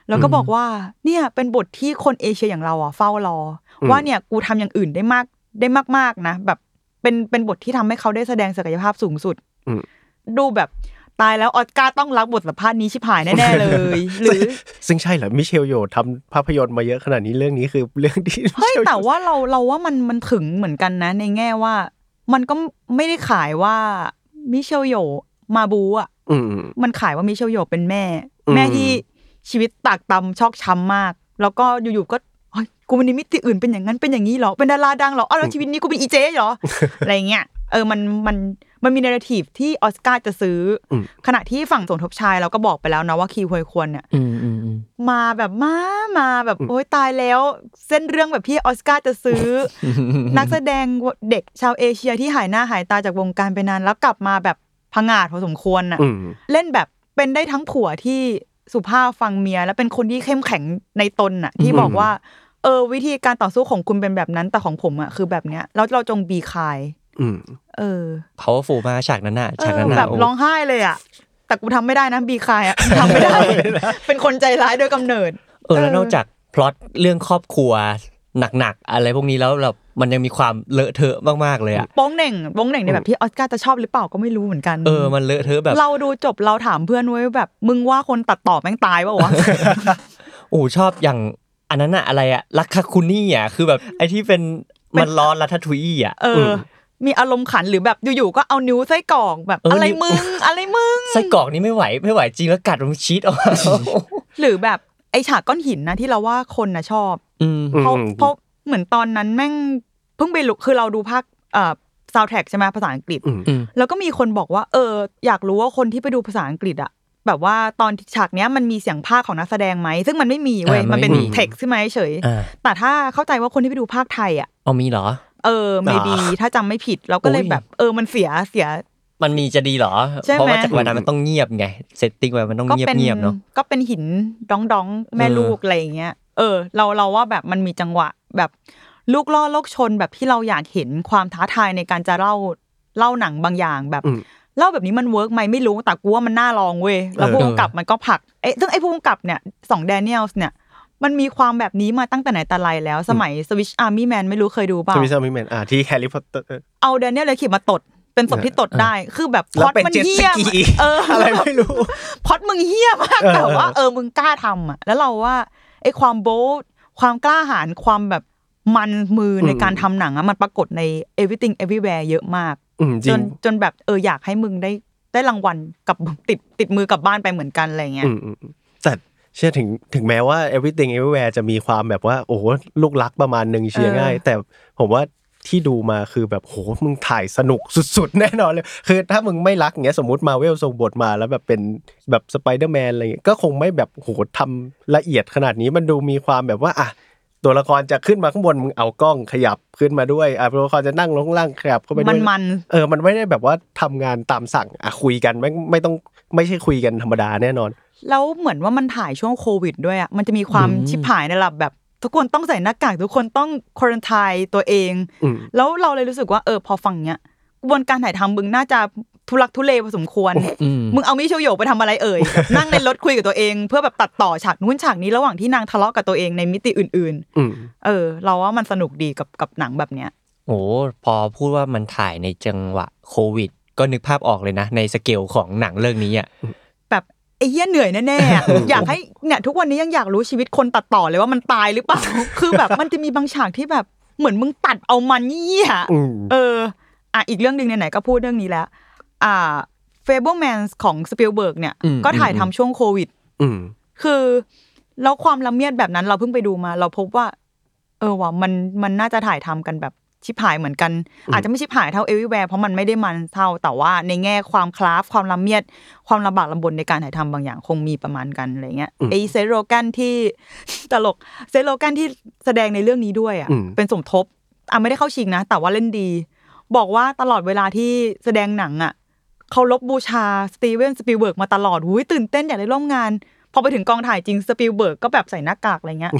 แล้วก็บอกว่าเนี่ยเป็นบทที่คนเอเชียอย่างเราอ่ะเฝ้ารอว่าเนี่ยกูทำอย่างอื่นได้มากได้มากๆนะแบบเป็นเป็นบทที่ทำให้เขาได้แสดงศักยภาพสูงสุดดูแบบตายแล้วออสการ์ต้องรับบทสัมภาษณ์นี้ชิบหายแน่ๆเลยหรือซึ่งใช่เหรอมิเชลโยทำภาพยนตร์มาเยอะขนาดนี้เรื่องนี้คือเรื่องที่เฮ้ยแต่ว่าเราเราว่ามันมันถึงเหมือนกันนะในแง่ว่ามันก็ไม่ได้ขายว่ามิเชลโยมาบูอ่ะมันขายว่ามิเชลโยเป็นแม่แม่ที่ชีวิตตากตำชอกช้ำมากแล้วก็อยู่ๆก็เฮ้ยกูมันมีมิติอื่นเป็นอย่างนั้นเป็นอย่างนี้เหรอเป็นดาราดังเหรออ้าวแล้วชีวิตนี้กูเป็นอีเจ๊เหรอ อะไรเงี้ยเออมันมันมันมีนาราทีฟที่ออสการ์จะซื้อขณะที่ฝั่งสมทบชายเราก็บอกไปแล้วนะว่าคีฮวยควนเนี่ยมาแบบมามาแบบโอ๊ยตายแล้วเส้นเรื่องแบบพี่ออสการ์จะซื้อ นักแสดงเด็กชาวเอเชียที่หายหน้าหายตาจากวงการไปนานแล้วกลับมาแบบผงาดพอสมควรน่ะเล่นแบบเป็นได้ทั้งผัวที่สุภาพฟังเมียและเป็นคนที่เข้มแข็งในตนน่ะที่บอกว่าเออวิธีการต่อสู้ของคุณเป็นแบบนั้นแต่ของผมอ่ะคือแบบเนี้ยแล้วเราจงบีคายเออ powerful มากฉากนั้นน่ะฉากนั้นน่ะแบบร้องไห้เลยอ่ะแต่กูทำไม่ได้นะบีคายอ่ะทำไม่ได้ เป็นคนใจร้ายโดยกำเนิดเออแล้วนอกจากพล็อตเรื่องครอบครัวหนักๆอะไรพวกนี้แล้วแบบมันยังมีความเลอะเทอะมากๆเลยอ่ะโป้งเหน่งโป้งเหน่งในแบบที่ออสการ์จะชอบหรือเปล่าก็ไม่รู้เหมือนกันเออมันเลอะเทอะแบบเราดูจบเราถามเพื่อนไว้แบบมึงว่าคนตัดต่อแม่งตายป่ะวะโอ้ชอบอย่างอันนั้นอะอะไรอะลักคาคุนี่อะคือแบบไอ้ที่เป็นมันร้อนรัตทุยอะเออมีอารมณ์ขันหรือแบบอยู่ๆก็เอานิ้วไส้กรอกแบบอะไรมึงอะไรมึงไส้กรอกนี่ไม่ไหวไม่ไหวจริงแล้วกัดมันชีสออกมาหรือแบบไอฉากก้อนหินนะที่เราว่าคนน่ะชอบเพราะเพราะเหมือนตอนนั้นแม่งเพิ่งไปลุกคือเราดูภาคเอ่อซาวด์แทร็กใช่มั้ยภาษาอังกฤษแล้วก็มีคนบอกว่าเอออยากรู้ว่าคนที่ไปดูภาษาอังกฤษอะแบบว่าตอนฉากเนี้ยมันมีเสียงพากย์ของนักแสดงไหมซึ่งมันไม่มีเว้ยมันเป็นเท็กซ์ใช่ไหมเฉยแต่ถ้าเข้าใจว่าคนที่ไปดูภาคไทยอ่ะอ๋อมีเหรอเออ maybe ถ้าจำไม่ผิดเราก็เลยแบบเออมันเสียเสียมันมีจะดีเหรอเพราะว่าจากวันนั้นมันต้องเงียบไงเซตติ้งไว้มันต้องเงียบเงียบเนาะก็เป็นหินดองดองแม่ลูกอะไรอย่างเงี้ยเออเราเราว่าแบบมันมีจังหวะแบบลูกล่อโลกชนแบบที่เราอยากเห็นความท้าทายในการจะเล่าเล่าหนังบางอย่างแบบเล่าแบบนี้มันเวิร์กไหมไม่รู้แต่กูว่ามันน่าลองเว้ยแล้วผู้กำกับมันก็ผลักเอ้ซึ่งไอ้ผู้กำกับเนี่ยสองแดเนียลส์เนี่ยมันมีความแบบนี้มาตั้งแต่ไหนแต่ไรแล้วสมัย Switch Army Man ไม่รู้เคยดูป่ะ Switch Army Man อ่ะที่ Harry Potter เอาแดเนียลเลยขีดมาตดเป็นศพที่ตดได้คือแบบพล็อตมันเหี้ยเอออะไรไม่รู้พล็อตมึงเหี้ยมากแต่ว่าเออมึงกล้าทำอ่ะแล้วเราว่าไอ้ความโบ๊ทความกล้าหาญความแบบมันมือในการทำหนังอ่ะมันปรากฏใน Everything Everywhere เยอะมากจนจนแบบเอออยากให้มึงได้ได้รางวัลกับติดติดมือกลับบ้านไปเหมือนกันอะไรเงี้ยแต่เชื่อถึงถึงแม้ว่า Everything Everywhere จะมีความแบบว่าโอ้โหลูกรักประมาณนึงเชียร์ง่ายแต่ผมว่าที่ดูมาคือแบบโหมึงถ่ายสนุกสุดๆแน่นอนเลยคือถ้ามึงไม่รักอย่างเงี้ยสมมุติ Marvel ส่งบทมาแล้วแบบเป็นแบบ Spider-Man อะไรเงี้ยก็คงไม่แบบโหทำละเอียดขนาดนี้มันดูมีความแบบว่าอ่ะตัวละครจะขึ้นมาข้างบนมึงเอากล้องขยับขึ้นมาด้วยอ่ะตัวละครจะนั่งลงข้างล่างขยับเข้าไปด้วยมันเออมันไม่ได้แบบว่าทำงานตามสั่งอ่ะคุยกันไม่ไม่ต้องไม่ใช่คุยกันธรรมดาแน่นอนแล้วเหมือนว่ามันถ่ายช่วงโควิดด้วยอ่ะมันจะมีความชิบหายในระดับแบบทุกคนต้องใส่หน้ากากทุกคนต้องควอรันไทน์ตัวเองแล้วเราเลยรู้สึกว่าเออพอฟังเนี้ยกระบวนการถ่ายทำมึงน่าจะทุลักทุเลพอสมควรมึงเอามิเชลโยไปทำอะไรเอ่ยนั่งในรถคุยกับตัวเองเพื่อแบบตัดต่อฉากนู้นฉากนี้ระหว่างที่นางทะเลาะกับตัวเองในมิติอื่นๆเออเราว่ามันสนุกดีกับกับหนังแบบเนี้ยโอ้พอพูดว่ามันถ่ายในจังหวะโควิดก็นึกภาพออกเลยนะในสเกลของหนังเรื่องนี้อ่ะแบบไอ้เหี้ยเหนื่อยแน่ๆอยากให้เนี่ยทุกวันนี้ยังอยากรู้ชีวิตคนตัดต่อเลยว่ามันตายหรือเปล่าคือแบบมันจะมีบางฉากที่แบบเหมือนมึงตัดเอามันเหี้ยเอออ่ะอีกเรื่องนึงไหนๆก็พูดเรื่องนี้แล้วอ่า Fabelmans ของสปิลเบิร์กเนี่ยก็ถ่ายทำช่วงโควิดคือแล้วความละเมียดแบบนั้นเราเพิ่งไปดูมาเราพบว่าเออว่ามันมันน่าจะถ่ายทำกันแบบชิบหายเหมือนกันอาจจะไม่ชิบหายเท่า Everywhere เพราะมันไม่ได้มันเท่าแต่ว่าในแง่ความคราฟความละเมียดความลำบากลำบนในการถ่ายทำบางอย่างคงมีประมาณกันอะไรเงี้ยไอเซโรแกนที่ตลกเซโรแกนที่แสดงในเรื่องนี้ด้วยอ่ะเป็นสมทบอ่ะไม่ได้เข้าชิงนะแต่ว่าเล่นดีบอกว่าตลอดเวลาที่แสดงหนังอ่ะเคารพบูชาสตีเวนสปิลเบิร์กมาตลอดหูยตื่นเต้นอยากได้ร่วมงานพอไปถึงกองถ่ายจริงสปิลเบิร์กก็แบบใส่หน้ากากอะไรเงี้ย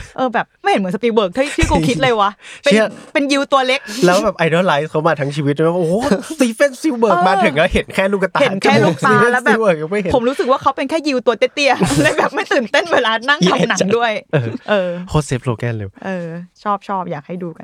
เออแบบไม่เห็นเหมือนสปีลเบิร์กที่ที่กูคิดเลยวะเป็นเป็นยิวตัวเล็กแล้วแบบไอดอลไลซ์เขามาทั้งชีวิตแล้วโอ้โหสตีเฟนซิลเบิร์กมาถึงแล้วเห็นแค่ลูกตาเห็นแค่ลูกตาแล้วแบบผมรู้สึกว่าเขาเป็นแค่ยิวตัวเตี้ยๆเลยแบบไม่ตื่นเต้นเวลานั่งทำหนังด้วยเออโคตรเซฟโลแกนเลยเออชอบชอบอยากให้ดูกัน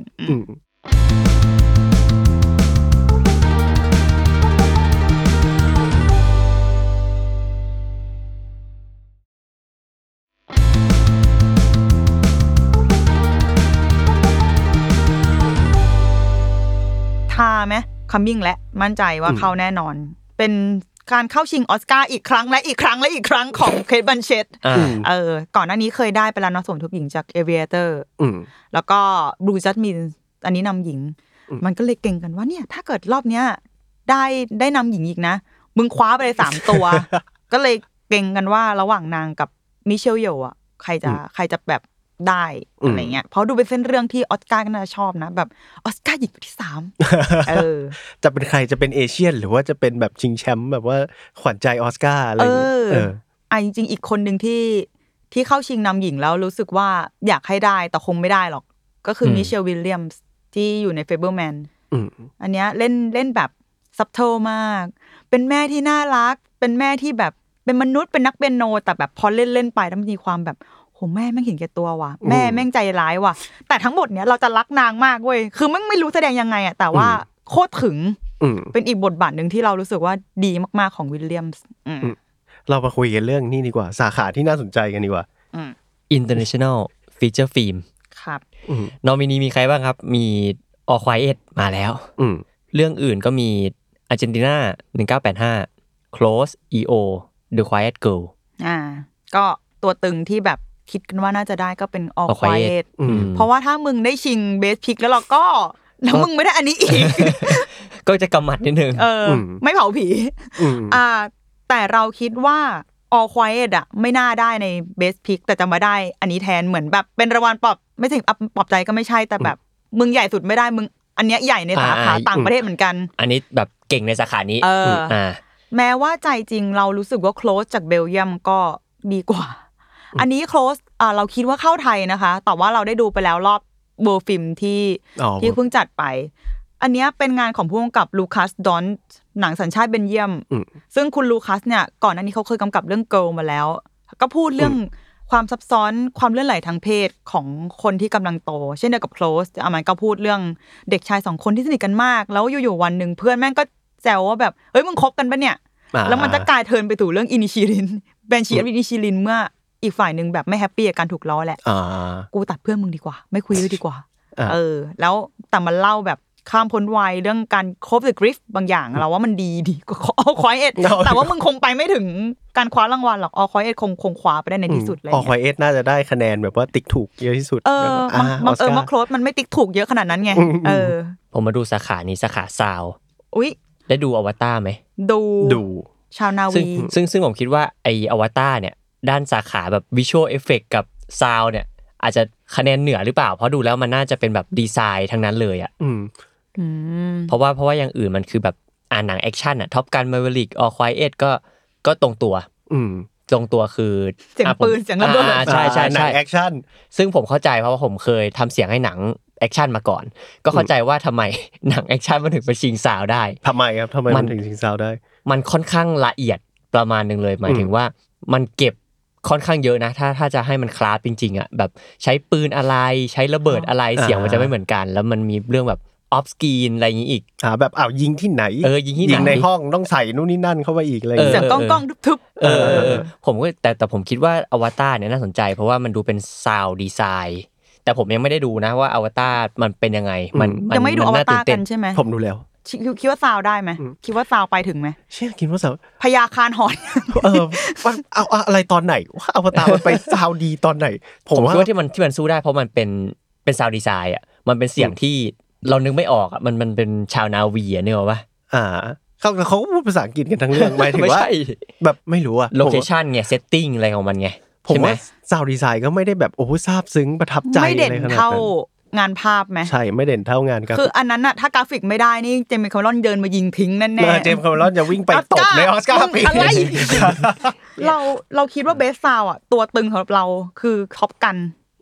ท่าไหมคัมมิ่งและมั่นใจว่าเข้าแน่นอนเป็นการเข้าชิงออสการ์อีกครั้งและอีกครั้งและอีกครั้งของเคทบันเชตเออก่อนหน้านี้เคยได้ไปแล้วเนาะสมทบหญิงจากเอเวียเตอร์แล้วก็บลูจัสมินอันนี้นำหญิงมันก็เลยเก่งกันว่าเนี่ยถ้าเกิดรอบเนี้ยได้ได้นำหญิงอีกนะมึงคว้าไปเลยสามตัว ก็เลยเก่งกันว่าระหว่างนางกับมิเชลโยอ่ะใครจะใครจะแบบได้อะไรเงี้ยเพราะดูเป็นเส้นเรื่องที่ออสการ์ก็น่าชอบนะแบบออสการ์หญิงคนที่สามเออจะเป็นใครจะเป็นเอเชียนหรือว่าจะเป็นแบบชิงแชมป์แบบว่าขวัญใจออสการ์อะไรอย่างเงี้ยเอออ่ะจริงๆอีกคนนึงที่ที่เข้าชิงนำหญิงแล้วรู้สึกว่าอยากให้ได้แต่คงไม่ได้หรอกก็คือมิเชลวิลเลียมส์ที่อยู่ในเฟเบิลแมนอันเนี้ยเล่นเล่นแบบซับโทมากเป็นแม่ที่น่ารักเป็นแม่ที่แบบเป็นมนุษย์เป็นนักเปียโนแต่แบบพอเล่นเล่นไปแล้วมันมีความแบบโหแม่แม่งเห็นแก่ตัวว่ะแม่แม่งใจร้ายว่ะแต่ทั้งหมดเนี้ยเราจะรักนางมากเว้ยคือมันไม่รู้แสดงยังไงอ่ะแต่ว่าโคตรถึงเป็นอีกบทบาทนึงที่เรารู้สึกว่าดีมากๆของวิลเลียมส์เรามาคุยกันเรื่องนี้ดีกว่าสาขาที่น่าสนใจกันดีกว่า International Feature Film ครับนอมินีมีใครบ้างครับมี All Quiet มาแล้วเรื่องอื่นก็มี Argentina หนึ่งเก้าแปดห้า Close อี โอ The Quiet Girl อ่าก็ตัวตึงที่แบบคิดกันว่าน่าจะได้ก็เป็น All Quiet เพราะว่าถ้ามึงได้ชิง Best Pick แล้วเราก็แล้วมึงไม่ได้อันนี้อีกก็จะกำมัดนิดนึงเออไม่เผาผีอ่าแต่เราคิดว่า All Quiet อ่ะไม่น่าได้ใน Best Pick แต่จะมาได้อันนี้แทนเหมือนแบบเป็นรางวัลปลอบไม่ถึงปลอบใจก็ไม่ใช่แต่แบบมึงใหญ่สุดไม่ได้มึงอันเนี้ยใหญ่ในสาขาต่างประเทศเหมือนกันอันนี้แบบเก่งในสาขานี้อ่าแม้ว่าใจจริงเรารู้สึกว่า Close จากเบลเยียมก็ดีกว่าอันนี้ Close อ่าเราคิดว่าเข้าไทยนะคะแต่ว่าเราได้ดูไปแล้วรอบเวิลด์ฟิล์มที่ที่เพิ่งจัดไปอันนี้เป็นงานของผู้กำกับลูคัสดอนหนังสัญชาติเบลเยียมซึ่งคุณลูคัสเนี่ยก่อนหน้านี้เขาเคยกำกับเรื่อง Girl มาแล้วก็พูดเรื่องความซับซ้อนความเลื่อนไหลทางเพศของคนที่กำลังโตเช่นเดียวกับ Close อ่ะมันก็พูดเรื่องเด็กชายสองคนที่สนิทกันมากแล้วอยู่ๆวันนึงเพื่อนแม่งก็แซวว่าแบบเฮ้ยมึงคบกันปะเนี่ยแล้วมันจะกลายเทิร์นไปสู่เรื่องอินิชิลินแบนชีอินิชิลินเมื่ออีกฝ่ายนึงแบบไม่แฮปปี้กับการถูกล้อแหละกูตัดเพื่อนมึงดีกว่าไม่คุยด้วยดีกว่าเออแล้วแต่มันเล่าแบบข้ามพ้นวัยเรื่องการคบหรือกริฟบางอย่างเราว่ามันดีดีก็เอาควายเอ็ดแต่ว่ามึงคงไปไม่ถึงการคว้ารางวัลหรอกเอาควายเอ็ดคงคงคว้าไปได้ในที่สุดเลยเอาควายเอ็ดน่าจะได้คะแนนแบบว่าติ๊กถูกเยอะที่สุดเออมันเออมาโคลสมันไม่ติ๊กถูกเยอะขนาดนั้นไงเออผมมาดูสาขานี้สาขาซาวอุ๊ยได้ดูอวตารไหมดูดูชาวนาวีซึ่งซึ่งผมคิดว่าไออวตารเนี่ยด้านสาขาแบบวิชวลเอฟเฟคกับซาวเนี่ยอาจจะคะแนนเหนือหรือเปล่าเพราะดูแล้วมันน่าจะเป็นแบบดีไซน์ทั้งนั้นเลยอ่ะเพราะว่าเพราะว่าอย่างอื่นมันคือแบบอ่านหนังแอคชั่นอ่ะท็อปกันมาเวลิกออลควายเอ็ดก็ก็ตรงตัวตรงตัวคือเสียงปืนเสียงระเบิดใช่ใช่ใช่แอคชั่นซึ่งผมเข้าใจเพราะว่าผมเคยทำเสียงให้หนังแอคชั่นมาก่อนก็เข้าใจว่าทำไมหนังแอคชั่นมันถึงไปชิงซาวได้ทำไมครับทำไมมันถึงชิงซาวได้มันค่อนข้างละเอียดประมาณนึงเลยหมายถึงว่ามันเก็บค่อนข้างเยอะนะถ้าถ้าจะให้มันคลาสจริงๆอ่ะแบบใช้ปืนอะไรใช้ระเบิดอะไรเสียงมันจะไม่เหมือนกันแล้วมันมีเรื่องแบบออฟสกรีนอะไรอย่างนี้อีกอ่าแบบอ้าวยิงที่ไหนเออยิงที่ไหนยิงในห้องต้องใส่นู่นนี่นั่นเข้าไปอีกอะไรเสียงก้องๆทึบๆเออผมก็แต่แต่ผมคิดว่าอวตารเนี่ยน่าสนใจเพราะว่ามันดูเป็นซาวด์ดีไซน์แต่ผมยังไม่ได้ดูนะว่าอวตารมันเป็นยังไงมันยังไม่ดูอวตารกันใช่ไหมผมดูแล้วคิดว่าซาวได้ไหมคิดว่าซาวไปถึงไหมเชื่อคิดว่าซาวพยาคารหอนเออเอาอะไรตอนไหนว่าอวตารมันไปซาวดีตอนไหนผมคิดว่าที่มันที่มันสู้ได้เพราะมันเป็นเป็นซาวดีไซน์อ่ะมันเป็นเสียงที่เรานึกไม่ออกอ่ะมันมันเป็นชาวนาวีอ่ะเนี่ยว่าอ่าเขาเขาพูดภาษาอังกฤษกันทั้งเรื่องหมายถึงว่าแบบไม่รู้อ่ะโลเคชั่นไงเซตติ้งอะไรของมันไงผมว่าซาวดีไซน์ก็ไม่ได้แบบโอ้โหซาบซึ้งประทับใจไม่เด่นเท่างานภาพไหมใช่ไม่เด่นเท่างานครับคืออันนั้นน่ะถ้ากราฟิกไม่ได้นี่เจมส์คาเมรอนเดินมายิงทิ้งแน่ๆเจมส์คาเมรอนจะวิ่งไปตบในออสการ์ปีอะไรเราเราคิดว่าเบสซาวอ่ะตัวตึงสำหรับเราคือท็อปกัน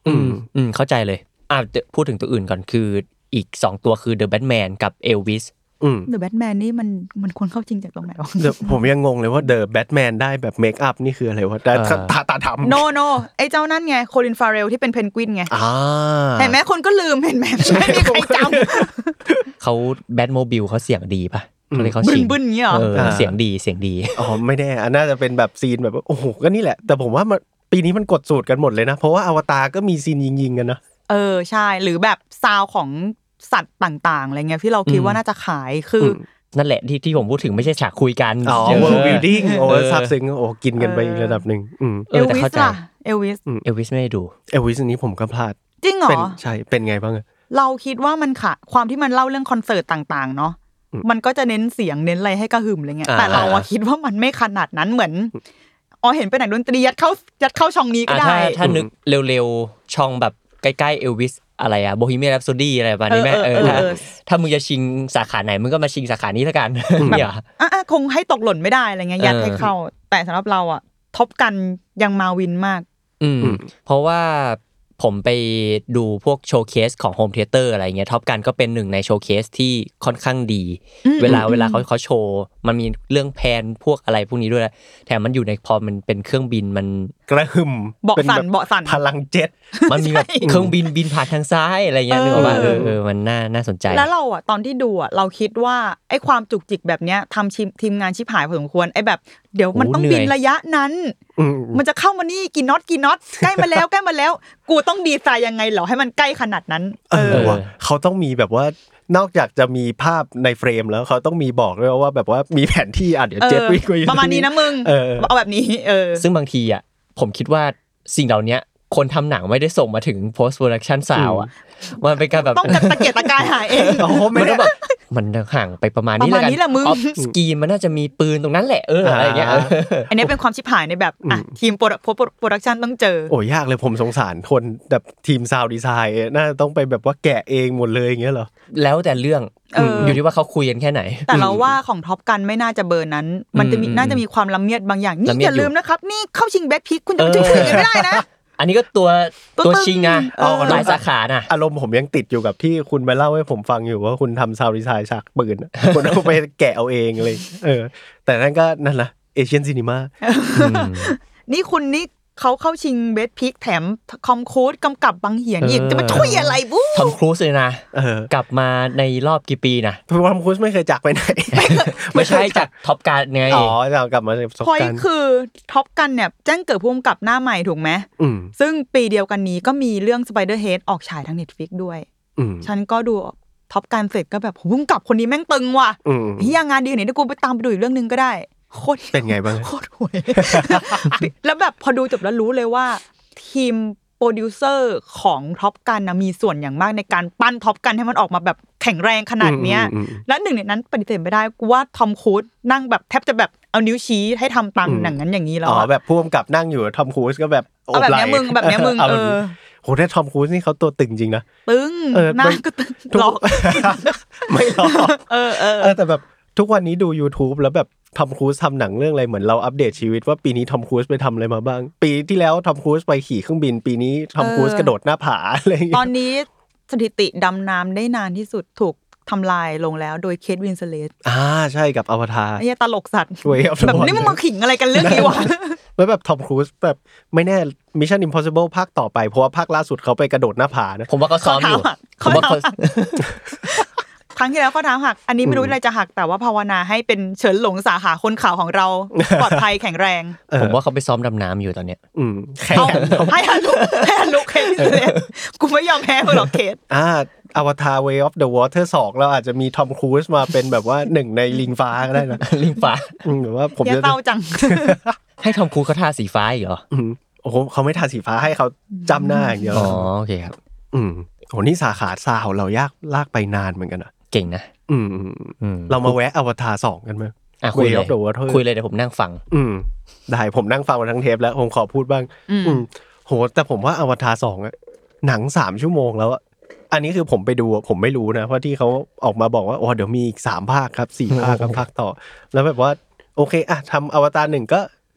อืมอืมเข้าใจเลยอ่ะพูดถึงตัวอื่นก่อนคืออีกสองตัวคือ The Batman กับ Elvis อืม The Batman นี่มันมันควรเข้าจริงจากตรงไหนวะเดี๋ยวผมยังงงเลยว่า The Batman ได้แบบเมคอัพนี่คืออะไรวะแต่ตาตาทำ no no ไอ้เจ้านั่นไงโคลินฟาเรลที่เป็นเพนกวินไงอ่าเห็นไหมคนก็ลืมเห็นไหมไม่มีใครจำเขาแบทโมบิลเขาเสียงดีป่ะเขาเลยเขาชิงบึ้นๆเงี้ยเหรอเออเสียงดีเสียงดีอ๋อไม่แน่อันน่าจะเป็นแบบซีนแบบโอ้โหก็นี่แหละแต่ผมว่ามันปีนี้มันกดสูตรกันหมดเลยนะเพราะว่าอวตารก็มีซีนยิงๆกันนะเออใช่หรือแบบซาวของสัตว์ต่างๆอะไรเงี้ยที่เราคิดว่าน่าจะขายคือนั่นแหละที่ที่ผมพูดถึงไม่ใช่ฉากคุยกันอ๋อ world building โอ้ซาบซึ้งโอ้กินกันไปอีกระดับนึงอืมเอลวิสล่ะเอลวิสเอลวิสไม่ได้ดูเอลวิสอันนี้ผมก็พลาดจริงเหรอใช่เป็นไงบ้างเราคิดว่ามันค่ะความที่มันเล่าเรื่องคอนเสิร์ตต่างๆเนาะมันก็จะเน้นเสียงเน้นอะไรให้กระหึ่มอะไรเงี้ยแต่เราคิดว่ามันไม่ขนาดนั้นเหมือนอ๋อเห็นไปไหนดนตรียัดเข้ายัดเข้าช่องนี้ก็ได้ถ้าถ้านึกเร็วๆช่องแบบใกล้ๆเอลวิสอะไรอะโบฮีเมียนแรปโซดี้อะไรประมาณนี้แม่เออถ้าถ้ามึงจะชิงสาขาไหนมึงก็มาชิงสาขานี้ละกันเนี่ยอ่ะคงให้ตกหล่นไม่ได้อะไรเงี้ยยัดให้เข้าแต่สำหรับเราอ่ะท็อปกันยังมาวินมากอืมเพราะว่าผมไปดูพวกโชว์เคสของโฮมเธียเตอร์อะไรเงี้ยท็อปกันก็เป็นหนึ่งในโชว์เคสที่ค่อนข้างดีเวลาเวลาเขาเขาโชว์มันมีเรื่องแพนพวกอะไรพวกนี้ด้วยแถมมันอยู่ในพอมันเป็นเครื่องบินมันกระหึ่มเบาะสั่นเบาะสั่นพลังเจ็ตมันมีแบบเครื่องบินบินผ่านทางซ้ายอะไรเงี้ยนึกออกป่ะเออเออมันน่าน่าสนใจแล้วเราอ่ะตอนที่ดูอ่ะเราคิดว่าไอ้ความจุกจิกแบบเนี้ยทำทีมงานชิบหายพอสมควรไอ้แบบเดี๋ยวมันต้องบินระยะนั้นมันจะเข้ามานี่กี่น็อตกี่น็อตใกล้มาแล้วใกล้มาแล้วกูต้องดีไซน์ยังไงเหรอให้มันใกล้ขนาดนั้นเออว่ะเขาต้องมีแบบว่านอกจากจะมีภาพในเฟรมแล้วเขาต้องมีบอกด้วยว่าแบบว่ามีแผนที่อ่ะเดี๋ยวเจ็ตวิ่งไปประมาณนี้นะมึงเอาแบบนี้เออซึ่งบางทีอ่ะผมคิดว่าสิ่งเหล่านี้คนทำหนังไม่ได้ส่งมาถึง post production sound อ่ะมันเป็นการแบบต้องตะเกียกตะกายหาเองโอ้ไม่ได้แบบมันห่างไปประมาณนี้แล้วกันออฟสกรีนมันน่าจะมีปืนตรงนั้นแหละเอออะไรอย่างเงี้ยอันนี้เป็นความชิบหายในแบบอ่ะทีมโปรดักชั่นต้องเจอโอ้ยากเลยผมสงสารคนแบบทีมซาวด์ดีไซน์น่าต้องไปแบบว่าแกะเองหมดเลยอย่างเงี้ยเหรอแล้วแต่เรื่องอยู่ที่ว่าเขาคุยกันแค่ไหนแต่เราว่าของท็อปกันไม่น่าจะเบอร์นั้นมันจะมีน่าจะมีความละเมียดบางอย่างนี่อย่าลืมนะครับนี่เข้าชิงแบทพิกคุณจะถึงกันไม่ได้นะอันนี้ก็ตัวตัวชิงนะหลายสาขานะอารมณ์ผมยังติดอยู่กับที่คุณไปเล่าให้ผมฟังอยู่ว่าคุณทำซาวด์ดีไซน์ฉากปืนคุณเอาไปแกะเอาเองเลยเออแต่นั่นก็นั่นแหละเอเชียนซินิม่านี่คุณนี่เขาเข้าชิงเบสพิกแถมคอมครูซกำกับบางเหียนอีกจะมาช่วยอะไรบู๊ทอมครูซเลยนะกลับมาในรอบกี่ปีนะทอมครูซไม่เคยจากไปไหนไม่ใช่จากท็อปกันไงอ๋อจากกลับมาจากท็อปกันคือท็อปกันเนี่ยแจ้งเกิดผู้กำกับหน้าใหม่ถูกไหมซึ่งปีเดียวกันนี้ก็มีเรื่อง Spiderhead ออกฉายทาง Netflix ด้วยฉันก็ดูท็อปกันเสร็จก็แบบผู้กำกับคนนี้แม่งตึงว่ะเฮียงานดีกว่านี้ถ้ากูไปตามไปดูอีกเรื่องนึงก็ได้โคตรเป็นไงบ้างโคตรห่วยแล้วแบบพอดูจบแล้วรู้เลยว่าทีมโปรดิวเซอร์ของท็อปกันนะมีส่วนอย่างมากในการปั้นท็อปกันให้มันออกมาแบบแข็งแรงขนาดเนี้ยและหนึ่งในนั้นปฏิเสธไม่ได้กูว่าทอมครูซนั่งแบบแทบจะแบบเอานิ้วชี้ให้ทำตังอย่างนั้นอย่างนี้แล้วอ๋อแบบผู้กำกับนั่งอยู่ทอมครูซก็แบบโอบไหล่แบบนี้มึงแบบนี้มึงเออโหแต่ทอมครูซนี่เขาตัวตึงจริงนะตึงหน้าก็ตึงหลอกไม่หลอกเออเออแต่แบบทุกวันนี้ดู YouTube แล้วแบบทอมครูซทำหนังเรื่องอะไรเหมือนเราอัปเดตชีวิตว่าปีนี้ทอมครูซไปทำอะไรมาบ้างปีที่แล้วทอมครูซไปขี่เครื่องบินปีนี้ทอมครูซกระโดดหน้าผาอะไรอย่างเงี้ยตอนนี้สถิติดำน้ำได้นานที่สุดถูกทำลายลงแล้วโดยเคทวินสเลตอ่าใช่กับอวตารไอ้ตลกสัตว์แบบนี้มันมาขิงอะไรกันเรื่องนี้วะแล้วแบบทอมครูซแบบไม่แน่ Mission Impossible ภาคต่อไปเพราะว่าภาคล่าสุดเขาไปกระโดดหน้าผานะผมว่าเขาซ้อมอยู่ผมว่าเขาครั้งที่แล้วข้อเท้าหักอันนี้ไม่รู้อะไรจะหักแต่ว่าภาวนาให้เป็นเฉินหลงสาขาคนข่าวของเราปลอดภัยแข็งแรงผมว่าเขาไปซ้อมดำน้ำอยู่ตอนเนี้ยอืมให้ฮัลโหลให้ฮัลโหลเคสเลยกูไม่ยอมแพ้หรอกเคสอ่าอวตาร Way of the Water สองเราอาจจะมีทอมครูซมาเป็นแบบว่าหนึ่งในลิงฟ้าก็ได้นะลิงฟ้าหรือว่าผมจะเต้าจังให้ทอมครูซเขาทาสีฟ้าอีกเหรอโอ้โหเขาไม่ทาสีฟ้าให้เขาจำหน้าอย่างเดียวอ๋อโอเคครับอืมโหนี่สาขาซาวเรายากลากไปนานเหมือนกันนะเก่งนะอืมเรามาแวะอวตารสองกันมั้ยอ่ะคุยเลยคุยเลยเดี๋ยวผมนั่งฟังอืมได้ผมนั่งฟังมาทั้งเทปแล้วผมขอพูดบ้างอืมโหแต่ผมว่าอวตารสองอ่ะหนังสามชั่วโมงแล้วอ่ะอันนี้คือผมไปดูผมไม่รู้นะเพราะที่เขาออกมาบอกว่าอ๋อเดี๋ยวมีอีกสามภาคครับสี่ภาคครับภาคต่อแล้วแบบว่าโอเคอ่ะทำอวตารหนึ่งก็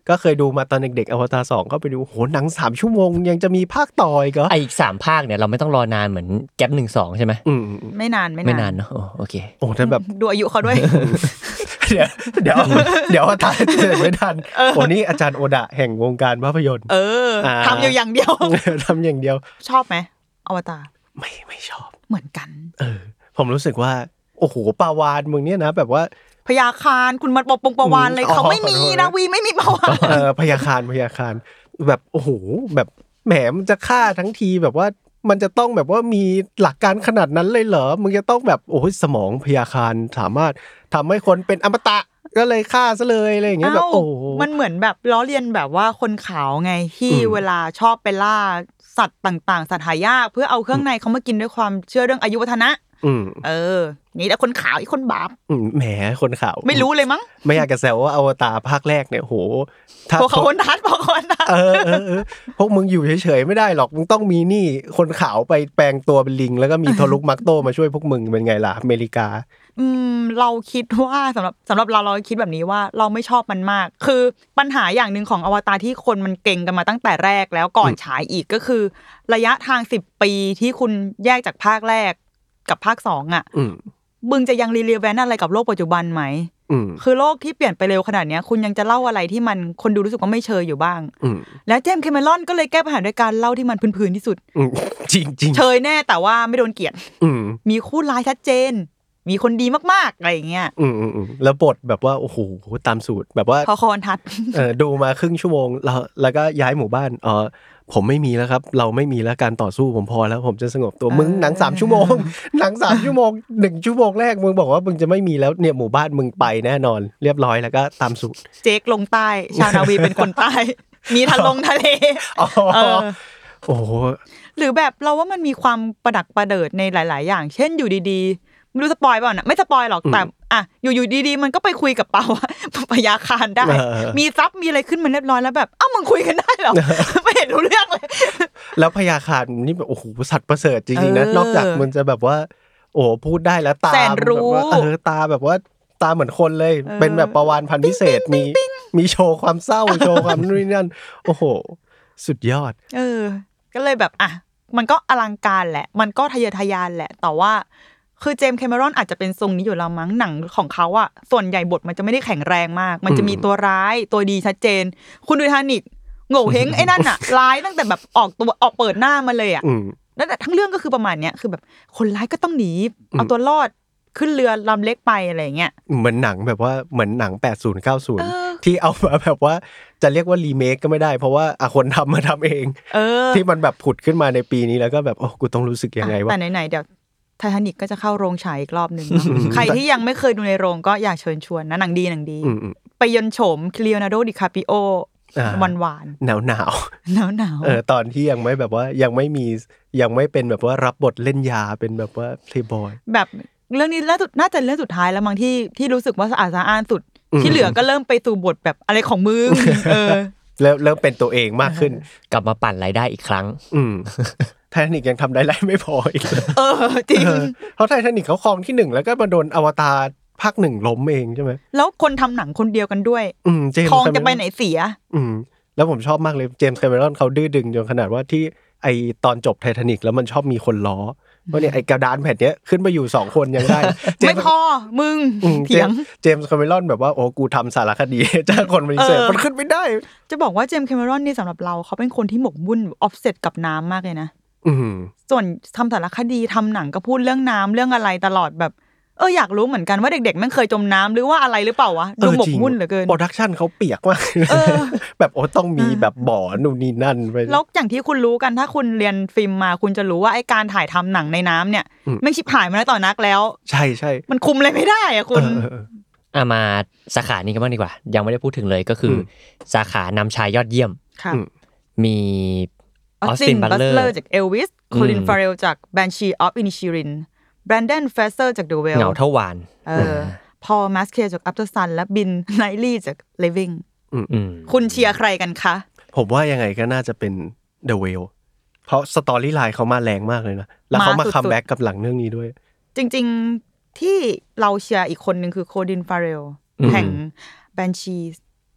ก็เคยดูมาตอนเด็กๆอวตารสองก็ไปดูโหหนังสามชั่วโมงยังจะมีภาคต่ออีกเหรอไอ้อีกสามภาคเนี่ยเราไม่ต้องรอนานเหมือนแก๊ปหนึ่ง สองใช่มั้ยอืมไม่นานไม่นานไม่นานเนาะโอเคโอ้แต่แบบดูอายุเขาด้วยเดี๋ยวเดี๋ยวเดี๋ยวตายเสร็จไม่ทันโอ้นี่อาจารย์โอดะแห่งวงการภาพยนตร์เออทำอยู่อย่างเดียวทำอย่างเดียวชอบไหมอวตารไม่ไม่ชอบเหมือนกันเออผมรู้สึกว่าโอ้โหปาวานมึงเนี่ยนะแบบว่าพยาคารคุณมาปกปงปาวานเลยเขาไม่มีนะวีไม่มีปาวานเออพยาคารพยาคารแบบโอ้โหแบบแหมมันจะฆ่าทั้งทีแบบว่ามันจะต้องแบบว่ามีหลักการขนาดนั้นเลยเหรอมึงจะต้องแบบโอ้ยสมองพยาคารสามารถทำให้คนเป็นอมตะก็เลยฆ่าซะเลยอะไรอย่างเงี้ยแบบโอ้มันเหมือนแบบล้อเลียนแบบว่าคนขาวไงที่เวลาชอบไปล่าสัตว์ต่างๆสัตว์หายากเพื่อเอาเครื่องในเขามากินด้วยความเชื่อเรื่องอายุวัฒนะเออนี่แต่คนขาวอีกคนบาปแหมคนขาวไม่รู้เลยมั้งไม่อยากจะแซวว่าอวตารภาคแรกเนี่ยโหพวกเขาคนทัดพวกคนทัดเออเออพวกมึงอยู่เฉยๆไม่ได้หรอกมึงต้องมีนี่คนขาวไปแปลงตัวเป็นลิงแล้วก็มีโทรุกมักโตมาช่วยพวกมึงเป็นไงล่ะอเมริกาอืมเราคิดว่าสำหรับสำหรับเราเราคิดแบบนี้ว่าเราไม่ชอบมันมากคือปัญหาอย่างนึงของอวตารที่คนมันเก่งกันมาตั้งแต่แรกแล้วก่อนฉายอีกก็คือระยะทางสิบปีที่คุณแยกจากภาคแรกกับภาคสองอ่ะมึงจะยังรีเลเวนต์อะไรกับโลกปัจจุบันไหมคือโลกที่เปลี่ยนไปเร็วขนาดนี้คุณยังจะเล่าอะไรที่มันคนดูรู้สึกว่าไม่เชยอยู่บ้างแล้วเจมส์แคเมรอนก็เลยแก้ปัญหาด้วยการเล่าที่มันพื้นๆที่สุดจริงๆเชยแน่แต่ว่าไม่โดนเกลียดมีคู่ร้ายชัดเจนมีคนดีมากๆอะไรอย่างเงี้ยอืมๆแล้วบทแบบว่าโอ้โหตามสูตรแบบว่าพอคอนทัดเออดูมาครึ่งชั่วโมงแล้วแล้วก็ย้ายหมู่บ้านอ๋อผมไม่มีแล้วครับเราไม่มีแล้วการต่อสู้ผมพอแล้วผมจะสงบตัวมึงหนังสามชั่วโมงหนังสามชั่วโมงหนึ่งชั่วโมงแรกมึงบอกว่ามึงจะไม่มีแล้วเนี่ยหมู่บ้านมึงไปแน่นอนเรียบร้อยแล้วก็ตามสูตรเจ๊กลงใต้ชาวนาวีเป็นคนใต้มีทะลงทะเลอ๋อโอ้หรือแบบเราว่ามันมีความประดักประเดิดในหลายๆอย่างเช่นอยู่ดีๆไม่รู้สปอยเปล่านะไม่สปอยหรอกแต่อ่ะอยู่ๆดีๆมันก็ไปคุยกับเปาพยาคารได้มีซับมีอะไรขึ้นมาเรียบร้อยแล้วแบบอ้าวมึงคุยกันได้เหรอไม่เห็นรู้เรื่องเลยแล้วพยาคารนี่แบบโอ้โหสัตว์ประเสริฐจริงๆนะนอกจากมันจะแบบว่าโอ้พูดได้แล้วตาแบบว่าเออตาแบบว่าตาเหมือนคนเลยเป็นแบบประวานพันธุ์พิเศษมีมีโชว์ความเศร้าโชว์ความนู่นนั่นโอ้โหสุดยอดเออก็เลยแบบอ่ะมันก็อลังการแหละมันก็ทะเยอทะยานแหละแต่ว่าคือเจมส์แคเมรอนอาจจะเป็นทรงนี้อยู่แล้วมั้งหนังของเขาอ่ะส่วนใหญ่บทมันจะไม่ได้แข็งแรงมากมันจะมีตัวร้ายตัวดีชัดเจนคุณดูไททานิคโง่เฮงไอ้นั่นอ่ะร้ายตั้งแต่แบบออกตัวออกเปิดหน้ามาเลยอ่ะนั่นแหละทั้งเรื่องก็คือประมาณเนี้ยคือแบบคนร้ายก็ต้องหนีเอาตัวรอดขึ้นเรือลำเล็กไปอะไรเงี้ยเหมือนหนังแบบว่าเหมือนหนังแปดสิบ เก้าสิบที่เอามาแบบว่าจะเรียกว่ารีเมคก็ไม่ได้เพราะว่าอ่ะคนทำมาทำเองที่มันแบบผุดขึ้นมาในปีนี้แล้วก็แบบโอ้กูต้องรู้สึกยังไงวะแต่ไหนๆเดี๋ยวไททานิคก็จะเข้าโรงฉายอีกรอบนึงใครที่ยังไม่เคยดูในโรงก็อยากเชิญชวนนะหนังดีหนังดีไปยนต์โฉมลีโอนาร์โด ดิคาปิโอหวานๆหนาวๆหนาวหนาวเออตอนที่ยังไม่แบบว่ายังไม่มียังไม่เป็นแบบว่ารับบทเล่นยาเป็นแบบว่าเพลย์บอยแบบเรื่องนี้ล่าสุดน่าจะเรื่องสุดท้ายแล้วมั้งที่ที่รู้สึกว่าสะอาดสะอ้านสุดที่เหลือก็เริ่มไปสู่บทแบบอะไรของมึงเออเริ่มเริ่มเป็นตัวเองมากขึ้นกลับมาปั่นรายได้อีกครั้งอืมไททานิคยังทำได้ไรไม่พออีกเออจริงเพราะไททานิคเขาครองที่หนึ่งแล้วก็มาโดนอวตารภาคหนึ่งล้มเองใช่ไหมแล้วคนทำหนังคนเดียวกันด้วยทองจะไปไหนเสียอืมแล้วผมชอบมากเลยเจมส์แคเมรอนเขาดื้อดึงจนขนาดว่าที่ไอตอนจบไททานิคแล้วมันชอบมีคนล้อว่าเนี่ยไอกระดานแผ่นเนี้ยขึ้นมาอยู่สองคนยังได้ไม่พอมึงเถียงเจมส์แคเมรอนแบบว่าโอ้กูทำสารคดีจ้างคนมาเสิร์ฟมันขึ้นไม่ได้จะบอกว่าเจมส์แคเมรอนนี่สำหรับเราเขาเป็นคนที่หมกมุ่นออฟเซตกับน้ำมากเลยนะส่วนทำสารคดีทำหนังก็พูดเรื่องน้ำเรื่องอะไรตลอดแบบเอออยากรู้เหมือนกันว่าเด็กๆมันเคยจมน้ำหรือว่าอะไรหรือเปล่าวะดูหมกมุ่นเหลือเกินโปรดักชั่นเขาเปียกมากแบบโอ้ต้องมีแบบบ่อนู่นนี่นั่นไปแล้วอย่างที่คุณรู้กันถ้าคุณเรียนฟิล์มมาคุณจะรู้ว่าไอ้การถ่ายทำหนังในน้ำเนี่ยไม่ชิบหายมาแล้วต่อนักแล้วใช่ใช่มันคุมอะไรไม่ได้อะคุณอ่ะมาสาขานี้กันบ้างดีกว่ายังไม่ได้พูดถึงเลยก็คือสาขานำชายยอดเยี่ยมมีออสติน บัตเลอร์จากเอลวิสโคลิน ฟาเรลจาก Banshee of Inisherinแบรนดอน เฟเซอร์จาก The Whale เหงาเท่าวานเออพอล มัสเคจาก After Sun และบิน ไนลี่จาก Living คุณเชียร์ใครกันคะผมว่ายังไงก็น่าจะเป็น The Whale เพราะสตอรี่ไลน์เขามาแรงมากเลยนะแล้วเขามาคัมแบ็กกับหลังเรื่องนี้ด้วยจริงๆที่เราเชียร์อีกคนนึงคือโคลิน ฟาเรลแห่ง Banshees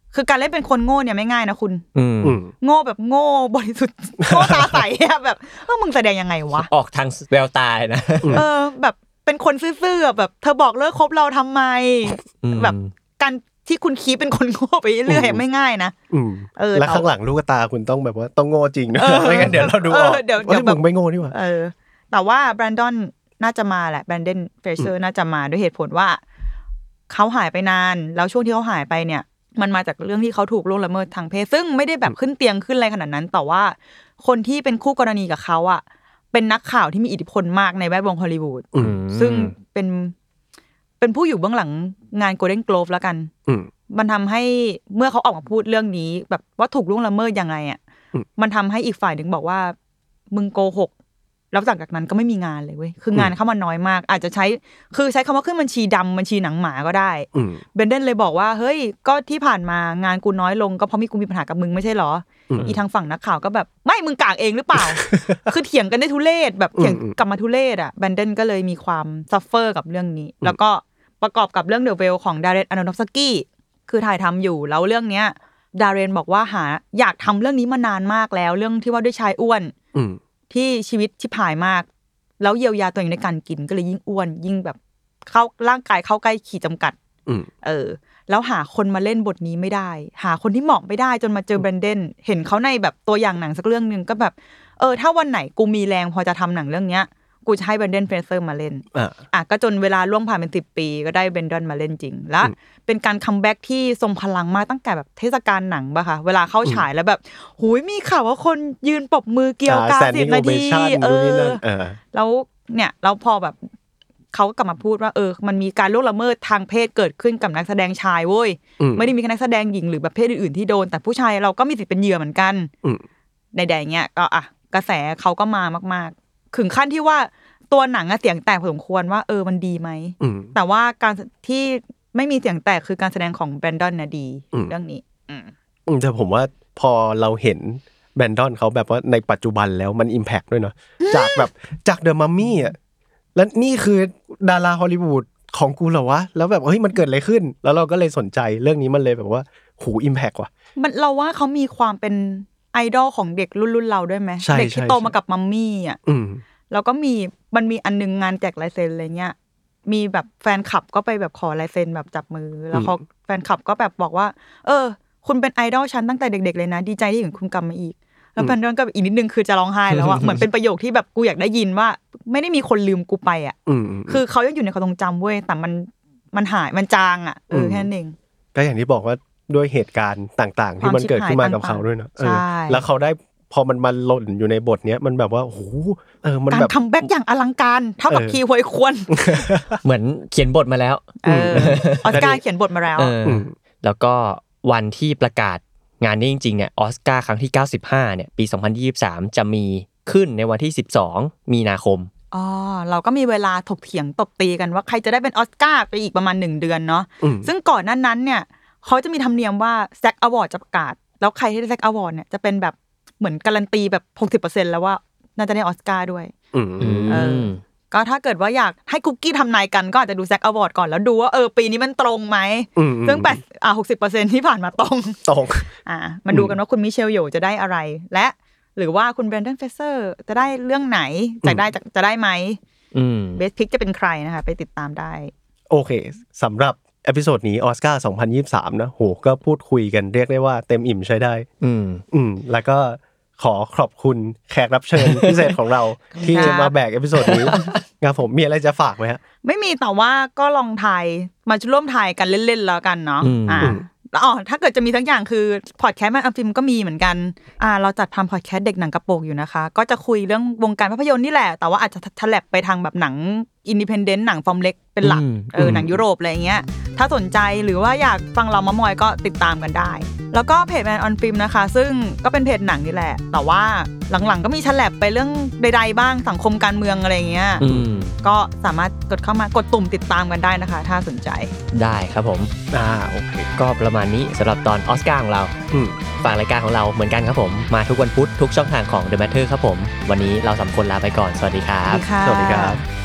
คือการเล่นเป็นคนโง่เนี่ยไม่ง่ายนะคุณอืมอืมโง่แบบโง่บริสุทธิ์ โง่ตาใสอะแบบเออมึงแสดงยังไงวะออกทางแววตานะเออแบบเป็นคนซื่อๆแบบเธอบอกเลิกคบเราทำไมอืมแบบการที่คุณคีเป็นคนโง่ไปเรื่อยๆไม่ง่ายนะอืมเออแล้วข้างหลังลูกตาคุณต้องแบบว่าต้องโง่จริงนะเออไม่งั้นเดี๋ยวเราดูออกเออเดี๋ยวว่าเดี๋ยวแบบมึงไม่โง่นี่หว่าเออแต่ว่าแบรนดอนน่าจะมาแหละแบรนดอนเฟรเซอร์น่าจะมาด้วยเหตุผลว่าเขาหายไปนานแล้วช่วงที่เขาหายไปเนี่ยมันมาจากเรื่องที่เขาถูกล่วงละเมิดทางเพศซึ่งไม่ได้แบบขึ้นเตียงขึ้นอะไรขนาดนั้นแต่ว่าคนที่เป็นคู่กรณีกับเขาอ่ะเป็นนักข่าวที่มีอิทธิพลมากในแวดวงฮอลลีวูดอืมซึ่งเป็นเป็นผู้อยู่เบื้องหลังงาน Golden Globe แล้วกันอืมมันทำให้เมื่อเขาออกมาพูดเรื่องนี้แบบว่าถูกล่วงละเมิดยังไงอ่ะอืมมันทำให้อีกฝ่ายหนึ่งบอกว่ามึงโกหกแล้วจากนั้นก็ไม่มีงานเลยเว้ยคืองานเข้ามาน้อยมากอาจจะใช้คือใช้คำว่าขึ้นบัญชีดำบัญชีหนังหมาก็ได้อืมเบนเดนเลยบอกว่าเฮ้ยก็ที่ผ่านมางานกูน้อยลงก็เพราะมีกูมีปัญหากับมึงไม่ใช่หรออืมอีทางฝั่งนักข่าวก็แบบไม่มึงกากเองหรือเปล่า คือเถียงกันได้ทุเรศแบบเถียงอืมกลับมาทุเรศอ่ะเบนเดนก็เลยมีความซัฟเฟอร์กับเรื่องนี้ แล้วก็ประกอบกับเรื่องเดอะเวลของดาเรนอานอนฟสกี้คือถ่ายทำอยู่แล้วเรื่องเนี้ยดาเรนบอกว่าหาอยากทำเรื่องนี้มานานมากแล้วเรื่องที่ว่าด้วยชายอ้วนอืมที่ชีวิตชิบหายมากแล้วเยียวยาตัวเองด้วยการกินก็เลยยิ่งอ้วนยิ่งแบบเข้าร่างกายเข้าใกล้ขีดจำกัดอืมเออแล้วหาคนมาเล่นบทนี้ไม่ได้ หาคนที่เหมาะไม่ได้จนมาเจอแบรนเดนเห็นเขาในแบบตัวอย่างหนังสักเรื่องนึงก็แบบเออถ้าวันไหนกูมีแรงพอจะทำหนังเรื่องเนี้ยกูจะให้แบรนเดนเฟรเซอร์มาเล่นอ่าอ่ะก็จนเวลาล่วงผ่านเป็นสิบปีก็ได้แบรนดอนมาเล่นจริงและอืมเป็นการคัมแบ็กที่ทรงพลังมากตั้งแต่แบบเทศกาลหนังป่ะคะเวลาเข้าฉายแล้วแบบหูยมีข่าวว่าคนยืนปรบมือเกี่ยวกาอ่าสิบ standing นาที ovation เอนู่นนี่นั่อนเออแล้วเนี่ยแล้วพอแบบเขาก็กลับมาพูดว่าเออมันมีการล่วงละเมิดทางเพศเกิดขึ้นกับนักแสดงชายเว้ยอืมไม่ได้มีแค่นักแสดงหญิงหรือแบบเพศอื่นๆที่โดนแต่ผู้ชายเราก็มีสิทธิ์เป็นเหยื่อเหมือนกันอืมใดๆเงี้ยก็อ่ะกระแสเขาก็มามากๆถึงขั้นที่ว่าตัวหนังอะเสียงแตกพอสมควรว่าเออมันดีไหมอืมแต่ว่าการที่ไม่มีเสียงแตกคือการแสดงของแบรนดอนนะดีอืมเรื่องนี้อืมอืมแต่ผมว่าพอเราเห็นแบรนดอนเขาแบบว่าในปัจจุบันแล้วมันอิมแพคด้วยเนาะจากแบบจากเดอะมัมมี่อ่ะแล้วนี่คือดาราฮอลลีวูดของกูเหรอวะแล้วแบบเฮ้ยมันเกิดอะไรขึ้น แล้วเราก็เลยสนใจเรื่องนี้มันเลยแบบว่าหูอิมแพคว่ะมันเราว่าเขามีความเป็นไอดอลของเด็กรุ่นรุ่นเราด้วยไหมใช่เด็กที่ใช่โตมากับมัมมี่อ่ะอืมแล้วก็มีมันมีอันนึงงานแจกลายเซ็นอะไรเงี้ยมีแบบแฟนคลับก็ไปแบบขอลายเซ็นแบบจับมือแล้วเขาแฟนคลับก็แบบบอกว่า เออ คุณเป็นไอดอลฉันตั้งแต่เด็กๆเลยนะดีใจที่เห็นคุณกลับมาอีกแล้วแฟนดอนก็อีกนิดนึงคือจะร้องไห้แล้วอ่ะ เหมือนเป็นประโยคที่แบบกูอยากได้ยินว่า ไม่ได้มีคนลืมกูไปอ่ะอืมคือเขายังอยู่ในความทรงจำเว้ยแต่มันมันหายมันจางอ่ะเออแค่นั้นเองก็อย่างที่บอกว่าด้วยเหตุการณ์ต่างๆ ที่มันเกิดขึ้นมากับเขาด้วยเนาะเออใช่แล้วเขาได้พอมันมาหล่นอยู่ในบทเนี้ยมันแบบว่าโอ้โหเออมันการแบบคัมแบ็กอย่างอลังการเท่ากับเออคีย์หวยควรเหมือนเขียนบทมาแล้วเออออสการ์เขียนบทมาแล้วเอออแล้วก็วันที่ประกาศงานนี้จริงๆเนี่ยออสการ์ครั้งที่เก้าสิบห้าเนี่ยปีสองพันยี่สิบสามจะมีขึ้นในวันที่สิบสองมีนาคมอ๋อเราก็มีเวลาถกเถียงตบตีกันว่าใครจะได้เป็นออสการ์ไปอีกประมาณหนึ่งเดือนเนาะอืมซึ่งก่อนหนั้นนั้นเนี่ยเขาจะมีธรรมเนียมว่าแซกอวอร์ดจะประกาศแล้วใครที่ได้แซกอวอร์ดเนี่ยจะเป็นแบบเหมือนการันตีแบบ หกสิบเปอร์เซ็นต์ แล้วว่าน่าจะได้ออสการ์ด้วยอืมเออ ก็ถ้าเกิดว่าอยากให้คุกกี้ทำนายกันก็อาจจะดูแซกอวอร์ดก่อนแล้วดูว่าเออปีนี้มันตรงไหมอืมซึ่งแปดอ่าหกสิบเปอร์เซ็นต์ที่ผ่านมาตรงตรงอ่ามาดูกันว่าคุณมิเชลโยจะได้อะไรและหรือว่าคุณแบรนดอนเฟเซอร์จะได้เรื่องไหนจะได้จะจะได้ไหมอืมเบสพิกจะเป็นใครนะคะไปติดตามได้โอเคสำหรับเอพิโซดนี้ออสการ์สองพันยี่สิบสามนะโหก็พูดคุยกันเรียกได้ว่าเต็มอิ่มใช้ได้อืมอืมแล้วก็ขอขอบคุณแขกรับเชิญ พิเศษของเราที่ครับมาแบกเอพิโซดนี้ ครับผมมีอะไรจะฝากไหมฮะไม่มีแต่ว่าก็ลองทายมาร่วมทายกันเล่นๆแล้วกันเนาะอืมอ่าแล้วอ๋อถ้าเกิดจะมีทั้งอย่างคือพอดแคสต์แมนอัมฟิล์มก็มีเหมือนกันอ่าเราจัดทำพอดแคสต์เด็กหนังกระโปรงอยู่นะคะก็จะคุยเรื่องวงการภาพยนตร์นี่แหละแต่ว่าอาจจะทะแลบไปทางแบบหนังอินดิเพนเดนต์หนังฟอร์มเล็กเป็นหลักอืมเออหนังยุโรปอะไรเงี้ยถ้าสนใจหรือว่าอยากฟังเรามามอยก็ติดตามกันได้ แล้วก็เพจแมนออนฟิล์มนะคะซึ่งก็เป็นเพจหนังนี่แหละแต่ว่าหลังๆก็มีฉลับไปเรื่องใดๆบ้างสังคมการเมืองอะไรเงี้ยอืมก็สามารถกดเข้ามากดตุ่มติดตามกันได้นะคะ ถ้าสนใจได้ครับผมอ่าโอเคก็ประมาณนี้สำหรับตอนออสการ์ของเราอืมฝากรายการของเราเหมือนกันครับผมมาทุกวันพุธทุกช่องทางของ The Matter ครับผมวันนี้เราสามคนลาไปก่อนสวัสดีครับสวัสดีครับ